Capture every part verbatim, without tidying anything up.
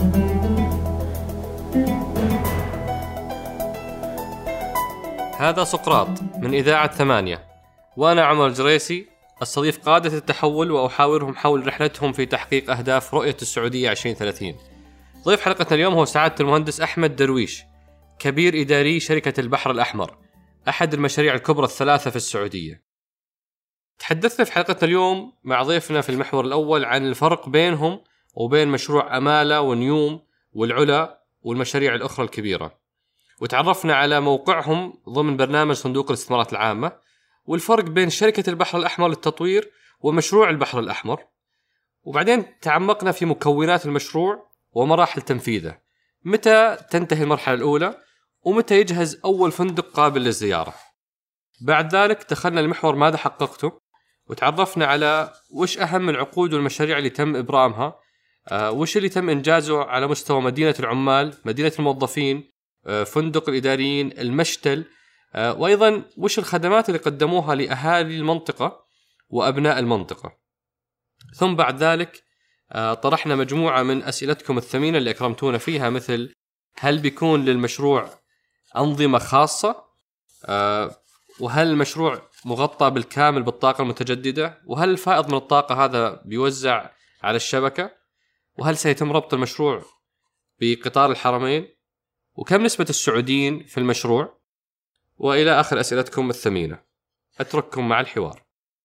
هذا سقراط من إذاعة ثمانية، وأنا عمر الجريسي أستضيف قادة التحول وأحاورهم حول رحلتهم في تحقيق أهداف رؤية السعودية عشرين ثلاثين. ضيف حلقتنا اليوم هو سعادة المهندس أحمد درويش، كبير إداري شركة البحر الأحمر، أحد المشاريع الكبرى الثلاثة في السعودية. تحدثنا في حلقتنا اليوم مع ضيفنا في المحور الأول عن الفرق بينهم وبين مشروع أمالة ونيوم والعلا والمشاريع الأخرى الكبيرة، وتعرفنا على موقعهم ضمن برنامج صندوق الاستثمارات العامة، والفرق بين شركة البحر الأحمر للتطوير ومشروع البحر الأحمر. وبعدين تعمقنا في مكونات المشروع ومراحل تنفيذه، متى تنتهي المرحلة الأولى ومتى يجهز أول فندق قابل للزيارة. بعد ذلك دخلنا المحور ماذا حققته، وتعرفنا على وش أهم العقود والمشاريع اللي تم إبرامها، آه وش اللي تم إنجازه على مستوى مدينة العمال، مدينة الموظفين، آه فندق الإداريين، المشتل، آه وأيضا وش الخدمات اللي قدموها لأهالي المنطقة وأبناء المنطقة. ثم بعد ذلك آه طرحنا مجموعة من أسئلتكم الثمينة اللي أكرمتونا فيها، مثل هل بيكون للمشروع أنظمة خاصة، آه وهل المشروع مغطى بالكامل بالطاقة المتجددة، وهل الفائض من الطاقة هذا بيوزع على الشبكة، وهل سيتم ربط المشروع بقطار الحرمين، وكم نسبة السعوديين في المشروع، وإلى آخر أسئلتكم الثمينة. أترككم مع الحوار.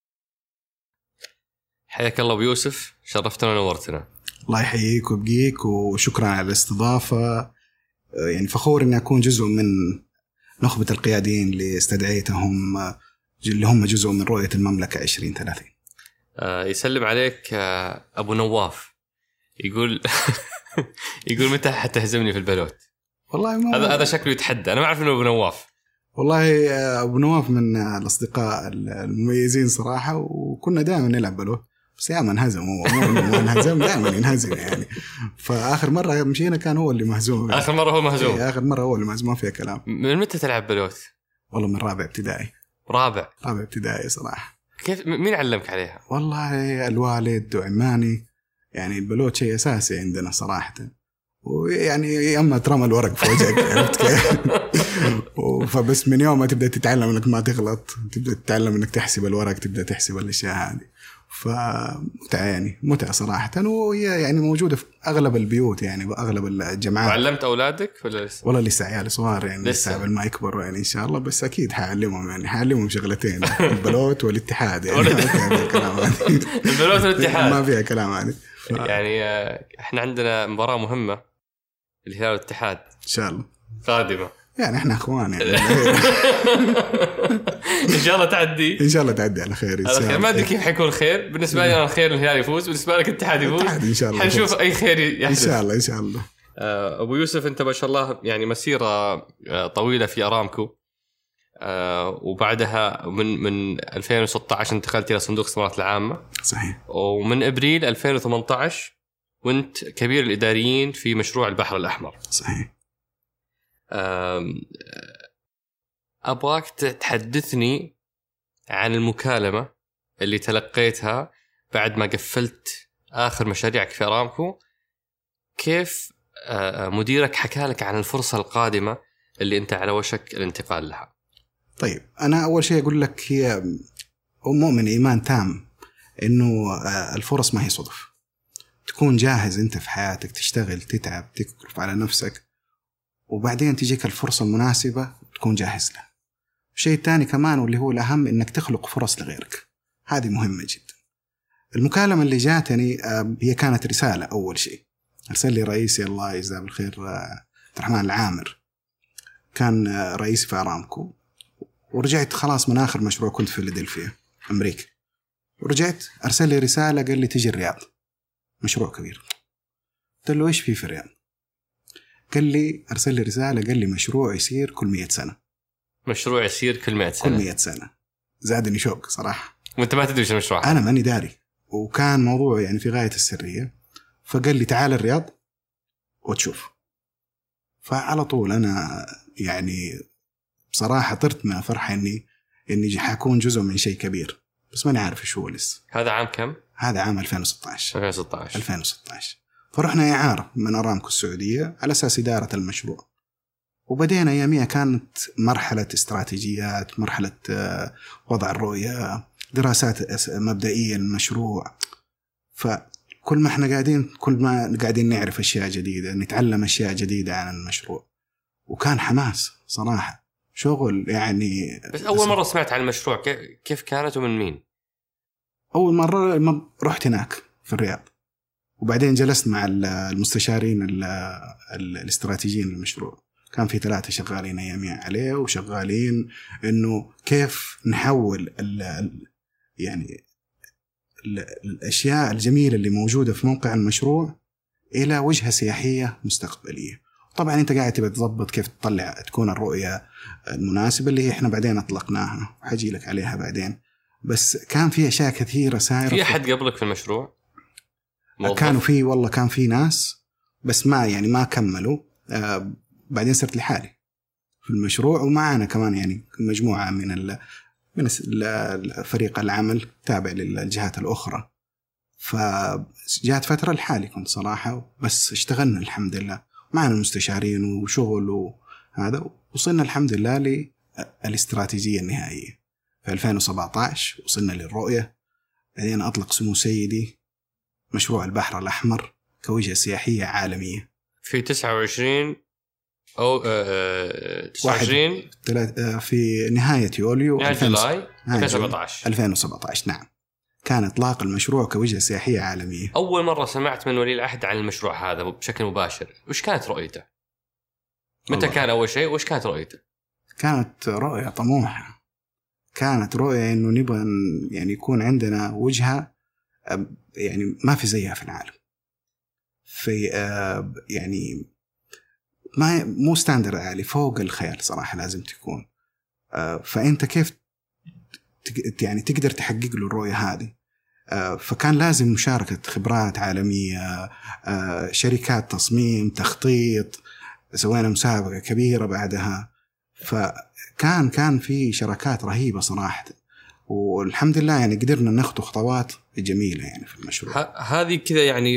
حياك الله أبو يوسف، شرفتنا ونورتنا. الله يحييك ويبقيك، وشكرا على الاستضافة. يعني فخور أن أكون جزء من نخبة القياديين اللي استدعيتهم، اللي هم جزء من رؤية المملكة عشرين ثلاثين. آه يسلم عليك آه أبو نواف، يقول يقول متى حتهزمني في البلوت؟ والله هذا هذا شكله يتحدى. أنا ما أعرف إنه أبو نواف. والله أبو نواف من الأصدقاء المميزين صراحة، وكنا دائما نلعب بلوت، بس يا من هزم هو مو انهزم، دائما ينهزم يعني. فآخر مرة مشينا كان هو اللي مهزوم. آخر مرة هو مهزوم. إيه آخر مرة هو اللي مهزوم، ما فيها كلام. من متى تلعب بلوت؟ والله من رابع ابتدائي. رابع رابع ابتدائي صراحة. كيف مين علمك عليها؟ والله الوالد وعماني، يعني البلوت شيء أساسي عندنا صراحة. ويعني أما ترمى الورق في وجهك عرفت كيف. فبس من يوم ما تبدأ تتعلم إنك ما تغلط، تبدأ تتعلم إنك تحسب الورق، تبدأ تحسب الأشياء هذه. فمتعة يعني متعة صراحة، وهي يعني موجودة في أغلب البيوت يعني وأغلب الجامعات. وعلمت أولادك ولا لسه؟ والله لسه عيالي صغار يعني، لسه قبل ما يكبروا يعني إن شاء الله، بس أكيد حعلمهم يعني حعلمهم شغلتين، البلوت والاتحاد يعني. البلوت والاتحاد ما فيها كلام يعني. ف... يعني إحنا عندنا مباراة مهمة، الهلال والاتحاد إن شاء الله قادمة، يعني إحنا أخوان يعني. إن شاء الله تعدي، إن شاء الله تعدي على خير. إن شاء الله. ما أدري كيف حيكون الخير. بالنسبة لي أنا الخير الهلال يفوز، بالنسبة لك الاتحاد يفوز. إن شاء الله حنشوف أي خير يحدث. إن شاء الله إن شاء الله. أبو يوسف، أنت ما شاء الله يعني مسيرة طويلة في أرامكو، وبعدها من من ألفين وستة عشر انتقلت إلى صندوق الاستثمارات العامة. صحيح. ومن أبريل ألفين وثمانية عشر وأنت كبير الإداريين في مشروع البحر الأحمر. صحيح. أبغاك تحدثني عن المكالمة اللي تلقيتها بعد ما قفلت آخر مشاريعك في أرامكو. كيف مديرك حكى لك عن الفرصة القادمة اللي أنت على وشك الانتقال لها؟ طيب أنا أول شيء أقول لك، هي مؤمن إيمان تام إنه الفرص ما هي صدف. تكون جاهز أنت في حياتك، تشتغل تتعب تكرف على نفسك، وبعدين تجيك الفرصة المناسبة تكون جاهز لها. الشيء الثاني كمان واللي هو الأهم، إنك تخلق فرص لغيرك، هذه مهمة جدا. المكالمة اللي جاتني هي كانت رسالة. أول شيء أرسل لي رئيسي الله يجزاه بالخير عبد الرحمن العامر، كان رئيس في أرامكو، ورجعت خلاص من آخر مشروع كنت في فيلادلفيا أمريكا، ورجعت أرسل لي رسالة قال لي تجي الرياض، مشروع كبير. قلت له إيش في في الرياض؟ قال لي أرسل لي رسالة قال لي مشروع يصير كل مئة سنة. مشروع يصير كل مئة سنة. كل مئة سنة. زادني شوق صراحة. وأنت ما تدري إيش المشروع؟ أنا ماني داري، وكان موضوع يعني في غاية السرية. فقال لي تعال الرياض وتشوف. فعلى طول أنا يعني بصراحة طرت من فرحة إني إني حكون جزء من شيء كبير، بس ماني عارف إيش هو لسه. هذا عام كم؟ هذا عام ألفين وستة عشر. ألفين وستة عشر. ألفين وستة عشر. فرحنا إعارة من أرامكو السعودية على أساس إدارة المشروع. وبدينا أياميها كانت مرحلة استراتيجيات، مرحلة وضع الرؤية، دراسات مبدئية للمشروع. فكل ما احنا قاعدين كل ما قاعدين نعرف أشياء جديدة، نتعلم أشياء جديدة عن المشروع، وكان حماس صراحة، شغل يعني. بس أول مرة سمعت عن المشروع كيف كانت ومن مين؟ أول مرة رحت هناك في الرياض، وبعدين جلست مع المستشارين الاستراتيجيين للمشروع. كان في ثلاثة شغالين أياميا عليه، وشغالين إنه كيف نحول ال ال يعني ال الأشياء الجميلة اللي موجودة في موقع المشروع إلى وجهة سياحية مستقبلية. طبعا أنت قاعد تبي تضبط كيف تطلع تكون الرؤية المناسبة اللي هي إحنا بعدين أطلقناها وحجي لك عليها بعدين. بس كان في أشياء كثيرة سائرة. في أحد قبلك في المشروع؟ موظف. كانوا في والله كان في ناس بس ما يعني ما كملوا. آه بعدين صرت لحالي في المشروع، ومعنا كمان يعني مجموعة من ال من فريق العمل تابع للجهات الأخرى. فجاءت فترة لحالي كنت صراحة، بس اشتغلنا الحمد لله معنا المستشارين وشغل وهذا، وصلنا الحمد لله للاستراتيجية النهائية في ألفين وسبعة عشر. وصلنا للرؤية، بعدين أطلق سمو سيدي مشروع البحر الأحمر كوجهة سياحية عالمية في تسعة وعشرين أو تسعة وعشرين في نهاية يوليو ألفين وسبعة عشر. ألفين وسبعة عشر نعم، كان إطلاق المشروع كوجهة سياحية عالمية. أول مرة سمعت من ولي العهد عن المشروع هذا بشكل مباشر. وش كانت رؤيته؟ متى كان أول شيء؟ وش كانت رؤيته؟ كانت رؤية طموحة، كانت رؤية إنه نبغى يعني يكون عندنا وجهة يعني ما في زيها في العالم، في يعني ما مو ستاندرد عالي، فوق الخيال صراحة لازم تكون. فأنت كيف يعني تقدر تحقق له الرؤية هذه؟ فكان لازم مشاركة خبرات عالمية، شركات تصميم، تخطيط، سوينا مسابقة كبيرة بعدها. فكان كان في شراكات رهيبة صراحة، والحمد لله يعني قدرنا نخطو خطوات جميلة يعني في المشروع. هذه كذا يعني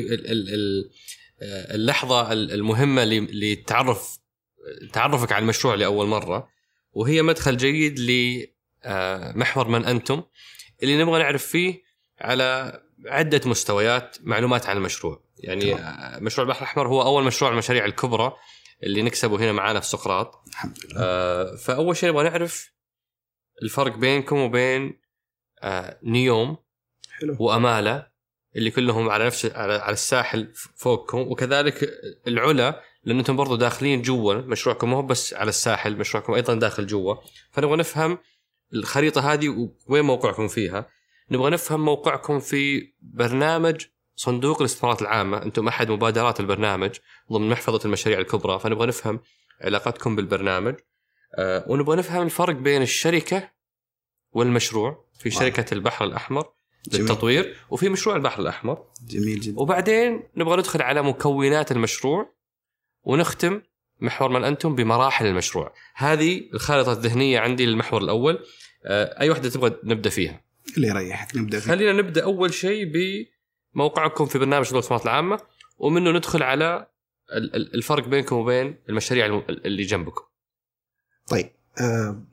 اللحظة المهمة اللي تعرف تعرفك على المشروع لأول مرة، وهي مدخل جيد لمحور من أنتم اللي نبغى نعرف فيه على عدة مستويات معلومات عن المشروع. يعني طبعا. مشروع البحر الأحمر هو أول مشروع المشاريع الكبرى اللي نكسبه هنا معانا في سقراط الحمد لله. آه فأول شيء نبغى نعرف الفرق بينكم وبين آه نيوم حلو. وأمالة اللي كلهم على نفس على الساحل فوقكم، وكذلك العلا لأن أنتم برضو داخلين جوا مشروعكم، مو بس على الساحل، مشروعكم أيضا داخل جوا. فنبغى نفهم الخريطة هذه وين موقعكم فيها. نبغى نفهم موقعكم في برنامج صندوق الاستثمارات العامة، أنتم أحد مبادرات البرنامج ضمن محفظة المشاريع الكبرى، فنبغى نفهم علاقتكم بالبرنامج. أه ونبغى نفهم الفرق بين الشركة والمشروع. في شركة البحر الأحمر للتطوير، وفي مشروع البحر الأحمر. جميل جدا. وبعدين نبغى ندخل على مكونات المشروع، ونختم محور من أنتم بمراحل المشروع. هذه الخارطة الذهنية عندي للمحور الأول. أه أي واحدة تبغى نبدأ فيها؟ اللي يريحك نبدأ فيه. خلينا نبدأ أول شيء بموقعكم في برنامج صندوق الاستثمارات العامة، ومنه ندخل على الفرق بينكم وبين المشاريع اللي جنبكم. طيب آه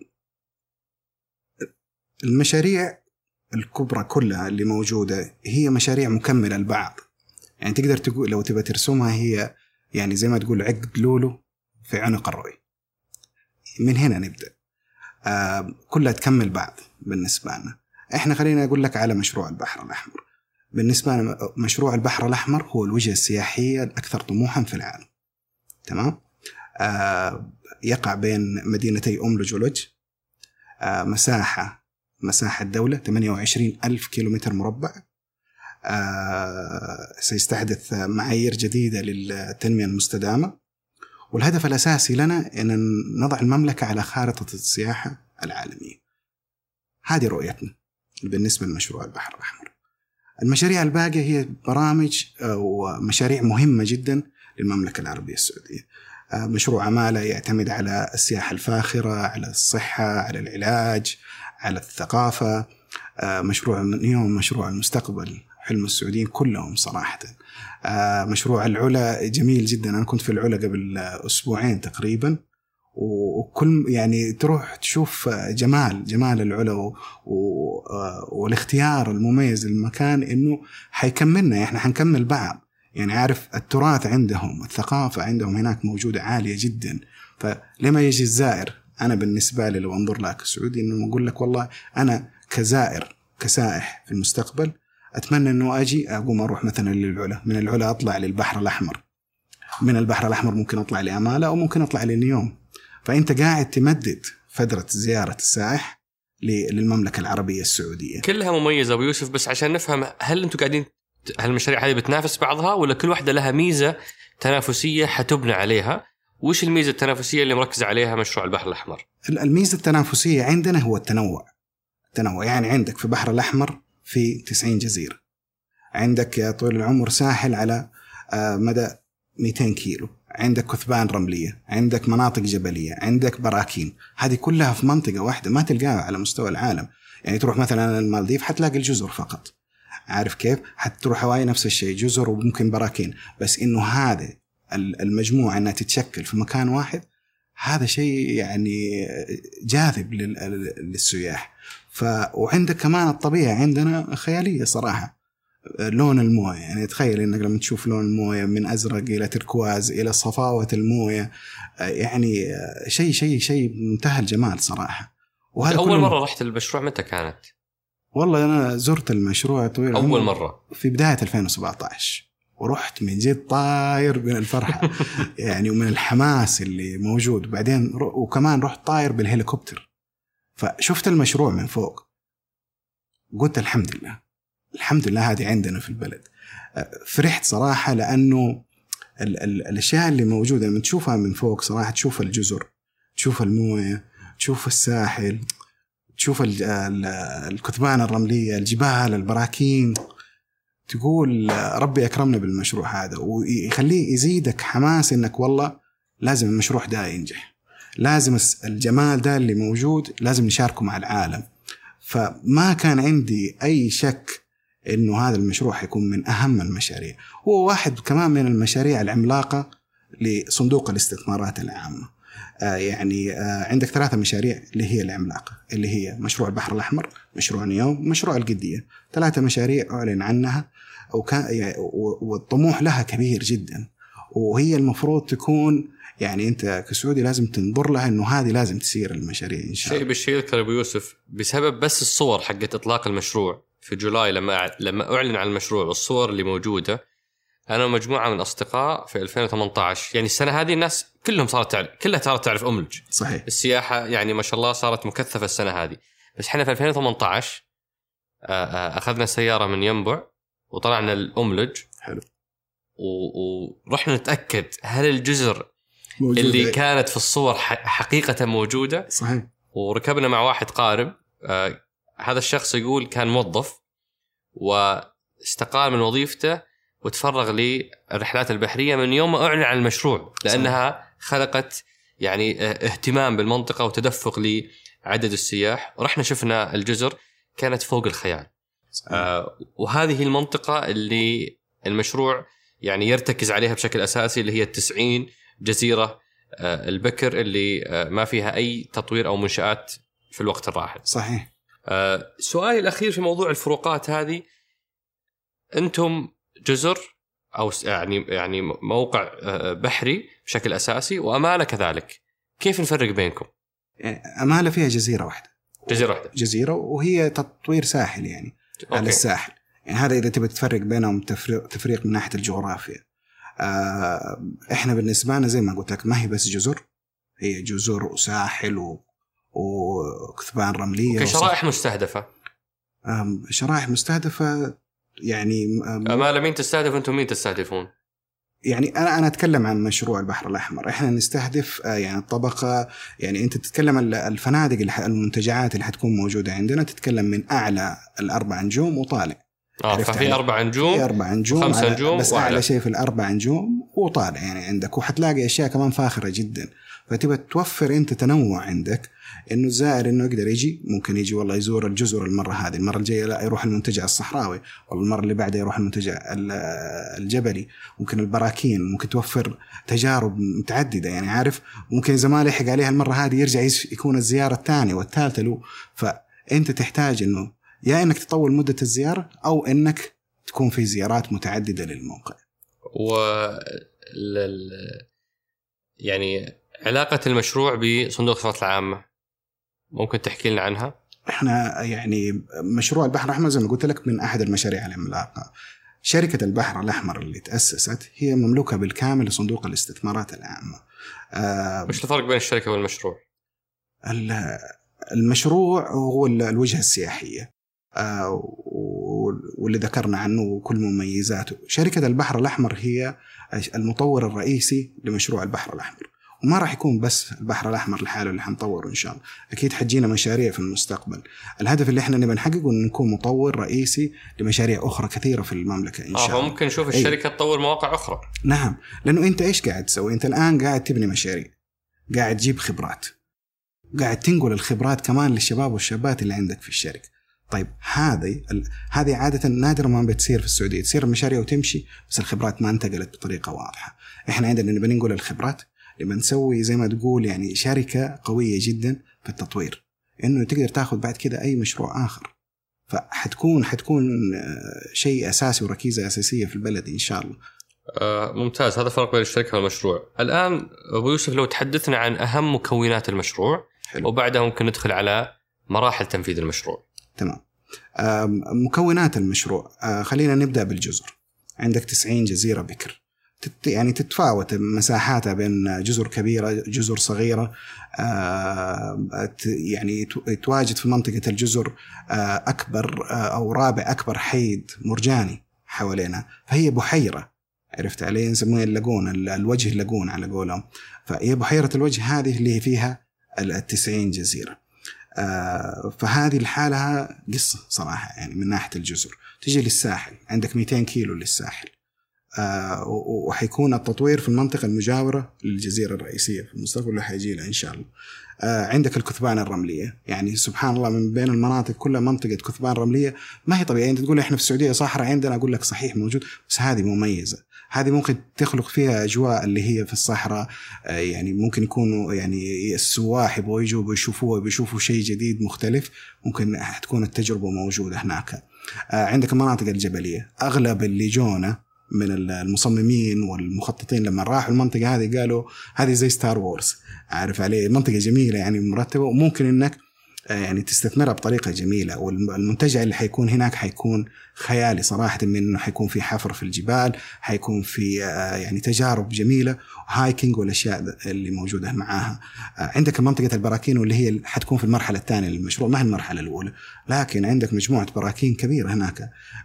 المشاريع الكبرى كلها اللي موجودة هي مشاريع مكملة لبعض. يعني تقدر تقول لو تبى ترسمها هي يعني زي ما تقول عقد لولو في عنق الرؤية. من هنا نبدأ. آه كلها تكمل بعض بالنسبة لنا. احنا خلينا أقول لك على مشروع البحر الأحمر. بالنسبة لنا مشروع البحر الأحمر هو الوجهة السياحية الأكثر طموحا في العالم. تمام. آه يقع بين مدينتي أم لوج ولوج. آه مساحة مساحة دولة ثمانية وعشرين ألف كيلومتر مربع. آه سيستحدث معايير جديدة للتنمية المستدامة، والهدف الأساسي لنا أن نضع المملكة على خارطة السياحة العالمية. هذه رؤيتنا بالنسبة لمشروع البحر الأحمر. المشاريع الباقية هي برامج ومشاريع مهمة جدا للمملكة العربية السعودية. مشروع أمالة يعتمد على السياحة الفاخرة، على الصحة، على العلاج، على الثقافة. مشروع نيوم مشروع المستقبل حلم السعوديين كلهم صراحة. آه مشروع العلا جميل جدا. أنا كنت في العلا قبل أسبوعين تقريبا، وكل يعني تروح تشوف جمال جمال العلا و... و... والاختيار المميز للمكان إنه حيكملنا، إحنا حنكمل بعض. يعني عارف التراث عندهم، الثقافة عندهم هناك موجودة عالية جدا. فلما يجي الزائر، أنا بالنسبة لي لو أنظر لك السعودي إنه أقول لك والله أنا كزائر كسائح في المستقبل أتمنى إنه أجي أقوم أروح مثلا للعلا، من العلا أطلع للبحر الأحمر، من البحر الأحمر ممكن أطلع لأمالة أو ممكن أطلع لنيوم. فأنت قاعد تمدد فترة زيارة السائح للمملكة العربية السعودية. كلها مميزة أبو يوسف، بس عشان نفهم، هل أنتم قاعدين، هل المشاريع هذه بتنافس بعضها ولا كل واحدة لها ميزة تنافسية حتبنى عليها؟ وش الميزة التنافسية اللي مركز عليها مشروع البحر الأحمر؟ الميزة التنافسية عندنا هو التنوع. التنوع يعني عندك في البحر الأحمر في تسعين جزيرة، عندك يا طويل العمر ساحل على مدى مئتين كيلو، عندك كثبان رملية، عندك مناطق جبلية، عندك براكين. هذه كلها في منطقة واحدة ما تلقاها على مستوى العالم. يعني تروح مثلا المالديف حتلاقي الجزر فقط، عارف كيف؟ حتروح هواي نفس الشيء، جزر وممكن براكين. بس إنه هذا المجموعة أنها تتشكل في مكان واحد، هذا شيء يعني جاذب للسياح. ف وعندك كمان الطبيعة عندنا خيالية صراحة. لون الموية، يعني تخيل إنك لما تشوف لون الموية من أزرق إلى تركواز إلى صفاوة الموية، يعني شيء شيء شيء منتهى الجمال صراحة. وهذا أول مرة رحت المشروع متى كانت؟ والله أنا زرت المشروع طويل أول مرة في بداية ألفين وسبعة عشر، ورحت من جد طاير من الفرحة يعني ومن الحماس اللي موجود. بعدين وكمان رحت طاير بالهليكوبتر، فشفت المشروع من فوق، قلت الحمد لله الحمد لله هذه عندنا في البلد. فرحت صراحة، لأنه ال ال الأشياء اللي موجودة لما تشوفها من فوق صراحة، تشوف الجزر، تشوف الموية، تشوف الساحل، تشوف ال ال الكثبان الرملية، الجبال، البراكين، تقول ربي أكرمنا بالمشروع هذا. ويخليه يزيدك حماس إنك والله لازم المشروع ده ينجح، لازم الجمال ده اللي موجود لازم نشاركه مع العالم. فما كان عندي أي شك إنه هذا المشروع حيكون من أهم المشاريع. هو واحد كمان من المشاريع العملاقة لصندوق الاستثمارات العامة. آه يعني آه عندك ثلاثة مشاريع اللي هي العملاقة، اللي هي مشروع البحر الأحمر، مشروع نيوم، مشروع القدية. ثلاثة مشاريع أعلن عنها، وكان يعني والطموح لها كبير جدا، وهي المفروض تكون يعني أنت كسعودي لازم تنظر لها إنه هذه لازم تسير المشاريع إن شاء الله. شيء بالشيء يذكر أبو يوسف، بسبب بس الصور حقت إطلاق المشروع في جولاي لما لما أعلن عن المشروع، والصور اللي موجودة، أنا ومجموعة من الأصدقاء في ألفين وثمانية عشر، يعني السنة هذه الناس كلهم صارت تعرف، كلها صارت تعرف أملج. صحيح. السياحة يعني ما شاء الله صارت مكثفة السنة هذه. بس إحنا في ألفين وثمانية عشر أخذنا سيارة من ينبع وطلعنا الأملج. حلو. ورحنا نتأكد هل الجزر موجودة اللي كانت في الصور حقيقة موجودة. صحيح. وركبنا مع واحد قارب، آه هذا الشخص يقول كان موظف واستقال من وظيفته وتفرغ للرحلات البحرية من يوم ما أعلن عن المشروع، لأنها خلقت يعني اهتمام بالمنطقة وتدفق لعدد السياح. ورحنا شفنا الجزر كانت فوق الخيال. آه وهذه المنطقة اللي المشروع يعني يرتكز عليها بشكل أساسي، اللي هي التسعين جزيرة آه البكر اللي آه ما فيها أي تطوير أو منشآت في الوقت الراهن. صحيح. آه سؤالي الأخير في موضوع الفروقات هذه، أنتم جزر أو يعني يعني موقع آه بحري بشكل أساسي، وأمالة كذلك، كيف نفرق بينكم؟ يعني أمالة فيها جزيرة واحدة. جزيرة واحدة. جزيرة وهي تطوير ساحل يعني. أوكي. على الساحل، يعني هذا إذا تبي تفرق بينهم تفريق, تفريق من ناحية الجغرافيا. آه إحنا بالنسبة لنا زي ما قلت لك ما هي بس جزر، هي جزر وساحل و... وكثبان رملية كشرائح مستهدفة. شرائح مستهدفة يعني أمالة مين تستهدف أنتم مين تستهدفون؟ يعني أنا أنا أتكلم عن مشروع البحر الأحمر. إحنا نستهدف يعني الطبقة، يعني أنت تتكلم الفنادق اللي المنتجعات اللي حتكون موجودة عندنا، تتكلم من أعلى الأربع نجوم وطالع. آه ففي أربع نجوم، في أربع نجوم، خمسة نجوم، بس وعلى. أعلى شيء في الأربع نجوم وطالع يعني عندك، وحتلاقي أشياء كمان فاخرة جدا. فتبى توفر أنت تنوع عندك، إنه الزائر إنه يقدر يجي، ممكن يجي والله يزور الجزر المرة هذه، المرة الجاية لا يروح المنتجع الصحراوي، والله المرة اللي بعدها يروح المنتجع الجبلي، ممكن البراكين، ممكن توفر تجارب متعددة يعني عارف. ممكن زمان يحق عليها المرة هذه يرجع يكون الزيارة الثانية والثالثة له. فأنت تحتاج إنه يا إنك تطول مدة الزيارة أو إنك تكون في زيارات متعددة للموقع. و يعني علاقة المشروع بصندوق الخدمات العامة ممكن تحكي لنا عنها؟ احنا يعني مشروع البحر الأحمر زي ما قلت لك من أحد المشاريع العملاقة. شركة البحر الأحمر اللي تأسست هي مملوكة بالكامل لصندوق الاستثمارات العامة. آه مش الفرق بين الشركة والمشروع؟ المشروع هو الوجهة السياحية آه واللي ذكرنا عنه كل مميزاته. شركة البحر الأحمر هي المطور الرئيسي لمشروع البحر الأحمر، وما راح يكون بس البحر الأحمر لحاله اللي حنطوره إن شاء الله، أكيد حجينا مشاريع في المستقبل. الهدف اللي إحنا نبي نحققه إن نكون مطور رئيسي لمشاريع أخرى كثيرة في المملكة إن شاء الله. آه ممكن نشوف الشركة أي. تطور مواقع أخرى. نعم، لأنه أنت إيش قاعد تسوي؟ أنت الآن قاعد تبني مشاريع، قاعد تجيب خبرات، قاعد تنقل الخبرات كمان للشباب والشابات اللي عندك في الشركة. طيب هذه ال... هذه عادة نادرا ما بتصير في السعودية، تصير المشاريع وتمشي بس الخبرات ما انتقلت بطريقة واضحة. إحنا عندنا نبي ننقل الخبرات، لما نسوي زي ما تقول يعني شركة قوية جدا في التطوير، إنه تقدر تأخذ بعد كده أي مشروع آخر. فحتكون حتكون شيء أساسي وركيزة أساسية في البلد إن شاء الله. آه ممتاز. هذا فرق بين الشركة والمشروع. الآن أبو يوسف لو تحدثنا عن أهم مكونات المشروع حلو. وبعدها ممكن ندخل على مراحل تنفيذ المشروع. تمام. مكونات المشروع، خلينا نبدأ بالجزر. عندك تسعين جزيرة بكر، يعني تتفاوت مساحاتها بين جزر كبيرة جزر صغيرة. يعني تواجد في منطقة الجزر أكبر أو رابع أكبر حيد مرجاني حوالينا، فهي بحيرة عرفت عليه، نسميها اللاجون، الوجه اللاجون على قولهم. فهي بحيرة الوجه هذه اللي فيها التسعين جزيرة. آه فهذه الحالة قصة صراحة يعني من ناحية الجزر. تجي للساحل، عندك مئتين كيلو للساحل، آه وحيكون التطوير في المنطقة المجاورة للجزيرة الرئيسية في المستقبل اللي حيجي لها إن شاء الله. آه عندك الكثبان الرملية، يعني سبحان الله من بين المناطق كلها منطقة كثبان رملية ما هي طبيعية. أنت تقول إحنا في السعودية صحراء عندنا، أقول لك صحيح موجود، بس هذه مميزة. هذه ممكن تخلق فيها أجواء اللي هي في الصحراء، يعني ممكن يكونوا يعني السواح يبغوا يجوا بيشوفوها بيشوفوا شيء جديد مختلف، ممكن تكون التجربة موجودة هناك. عندك المناطق الجبلية، أغلب اللي جونا من المصممين والمخططين لما راحوا المنطقة هذه قالوا هذه زي ستار وورز، عارف عليه، منطقة جميلة يعني مرتبة، وممكن إنك يعني تستثمرها بطريقة جميلة. والمنتجع اللي حيكون هناك حيكون خيالي صراحة، من إنه حيكون في حفر في الجبال، حيكون في يعني تجارب جميلة، هايكينج والأشياء اللي موجودة معاها. عندك منطقة البراكين واللي هي حتكون في المرحلة الثانية للمشروع، ما هي المرحلة الأولى، لكن عندك مجموعة براكين كبيرة هناك.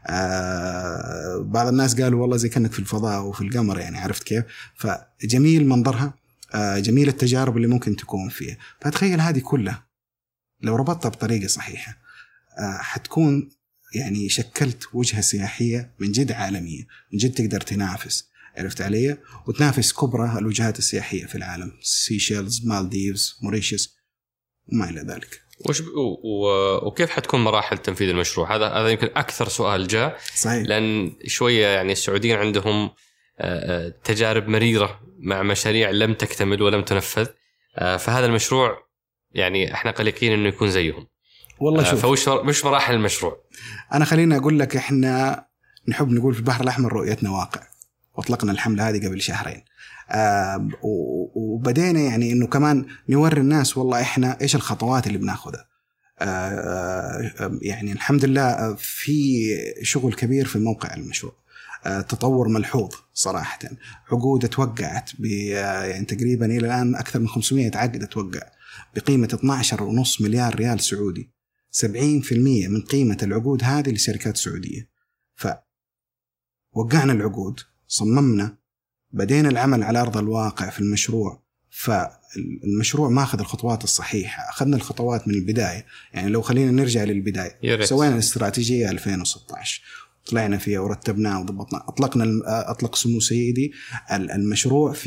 بعض الناس قالوا والله زي كأنك في الفضاء وفي القمر، يعني عرفت كيف؟ فجميل منظرها، جميل التجارب اللي ممكن تكون فيها. فتخيل هذه كلها لو ربطتها بطريقة صحيحة حتكون يعني شكلت وجهة سياحية من جد عالمية، من جد تقدر تنافس، عرفت علي، وتنافس كبرى الوجهات السياحية في العالم، سيشيلز، مالديفز، موريشيوس وما إلى ذلك. وش ب... و... وكيف حتكون مراحل تنفيذ المشروع؟ هذا هذا يمكن أكثر سؤال جاء، صحيح. لأن شوية يعني السعوديين عندهم تجارب مريرة مع مشاريع لم تكتمل ولم تنفذ، فهذا المشروع يعني احنا قلقين انه يكون زيهم. والله شوف، فوش مش مراحل المشروع. انا خليني اقول لك، احنا نحب نقول في البحر الاحمر رؤيتنا واقع، واطلقنا الحمله هذه قبل شهرين، آه وبدينا يعني انه كمان نوري الناس والله احنا ايش الخطوات اللي بناخذها. آه يعني الحمد لله في شغل كبير في موقع المشروع، آه تطور ملحوظ صراحه. عقود توقعت ب يعني تقريبا الى الان اكثر من خمسمائة عقد توقع بقيمة اثنا عشر فاصلة خمسة مليار ريال سعودي، سبعين بالمئة من قيمة العقود هذه لشركات سعودية. فوقعنا العقود، صممنا، بدينا العمل على أرض الواقع في المشروع. فالمشروع ما أخذ الخطوات الصحيحة، أخذنا الخطوات من البداية. يعني لو خلينا نرجع للبداية، سوينا الاستراتيجية ألفين وستة عشر، طلعنا فيها ورتبناه وضبطنا، أطلقنا أطلق سمو سيدي المشروع في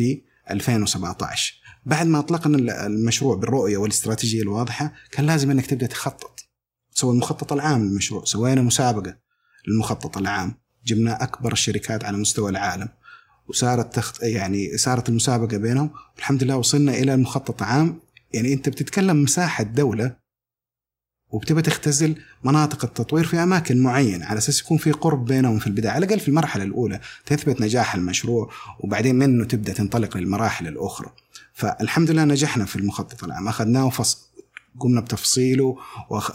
ألفين وسبعة عشر. بعد ما أطلقنا المشروع بالرؤية والاستراتيجية الواضحة كان لازم أنك تبدأ تخطط، تسوي المخطط العام للمشروع. سوينا مسابقة للمخطط العام، جبنا أكبر الشركات على مستوى العالم، وصارت تخت... يعني صارت المسابقة بينهم، الحمد لله وصلنا إلى المخطط عام. يعني أنت بتتكلم مساحة دولة وبتبى تختزل مناطق التطوير في أماكن معينة على أساس يكون في قرب بينهم في البداية، على الأقل في المرحلة الأولى تثبت نجاح المشروع، وبعدين منه تبدأ تنطلق للمراحل الأخرى. فالحمد لله نجحنا في المخطط العام، أخذناه وفصل قمنا بتفصيله وخ...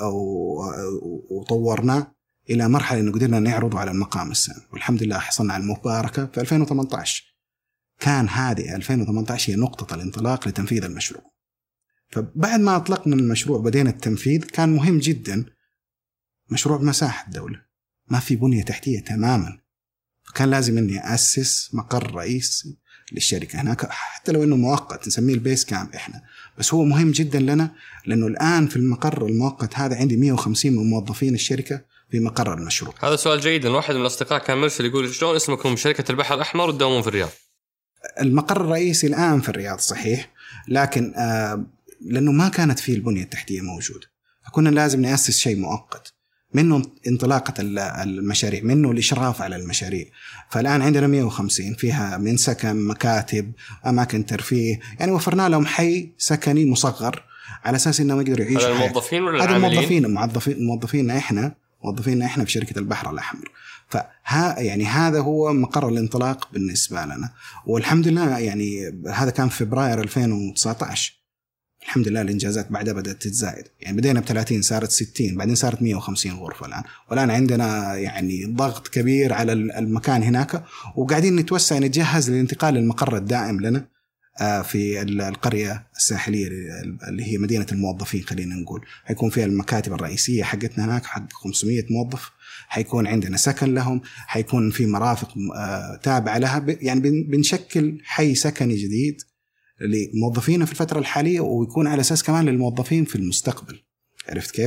وطورناه إلى مرحلة إنه قدرنا نعرضه على المقام السامي، والحمد لله حصلنا على المباركة في ألفين وثمانية عشر. كان هذه ألفين وثمانية عشر هي نقطة الانطلاق لتنفيذ المشروع. فبعد ما أطلقنا المشروع بدينا التنفيذ، كان مهم جدا مشروع بمساحة الدولة، ما في بنية تحتية تماما، فكان لازم إني أسس مقر رئيسي للشركة هناك، حتى لو إنه مؤقت نسميه البيس كامب إحنا، بس هو مهم جدا لنا لأنه الآن في المقر المؤقت هذا عندي مئة وخمسين من موظفين الشركة في مقر المشروع. هذا سؤال جيد. واحد من الأصدقاء كان مرسل يقول شلون اسمكم شركة البحر الأحمر وتداومون في الرياض؟ المقر الرئيسي الآن في الرياض صحيح، لكن آه لأنه ما كانت فيه البنية التحتية موجودة، فكنا لازم نأسس شيء مؤقت منه انطلاقة المشاريع، منه الإشراف على المشاريع. فالآن عندنا مئة وخمسين فيها من سكن، مكاتب، أماكن ترفيه، يعني وفرنا لهم حي سكني مصغر على أساس إنهم يقدروا يعيشوا. هذا الموظفين ولا العاملين؟ هذا الموظفين موظفين موظفين إحنا موظفين إحنا في شركة البحر الأحمر. فها يعني هذا هو مقر الانطلاق بالنسبة لنا، والحمد لله يعني هذا كان في فبراير ألفين وتسعة عشر. الحمد لله الإنجازات بعدها بدأت تتزايد، يعني بدينا بثلاثين صارت ستين، بعدين صارت مئة وخمسين غرفة الآن، والآن عندنا يعني ضغط كبير على المكان هناك، وقاعدين نتوسع نتجهز للانتقال للمقر الدائم لنا في القرية الساحلية اللي هي مدينة الموظفين. خلينا نقول حيكون فيها المكاتب الرئيسية حقتنا هناك حق خمسمئة موظف، حيكون عندنا سكن لهم، حيكون في مرافق تابعة لها، يعني بنشكل حي سكني جديد لموظفين في الفترة الحالية، ويكون على أساس كمان للموظفين في المستقبل. عرفت كيف؟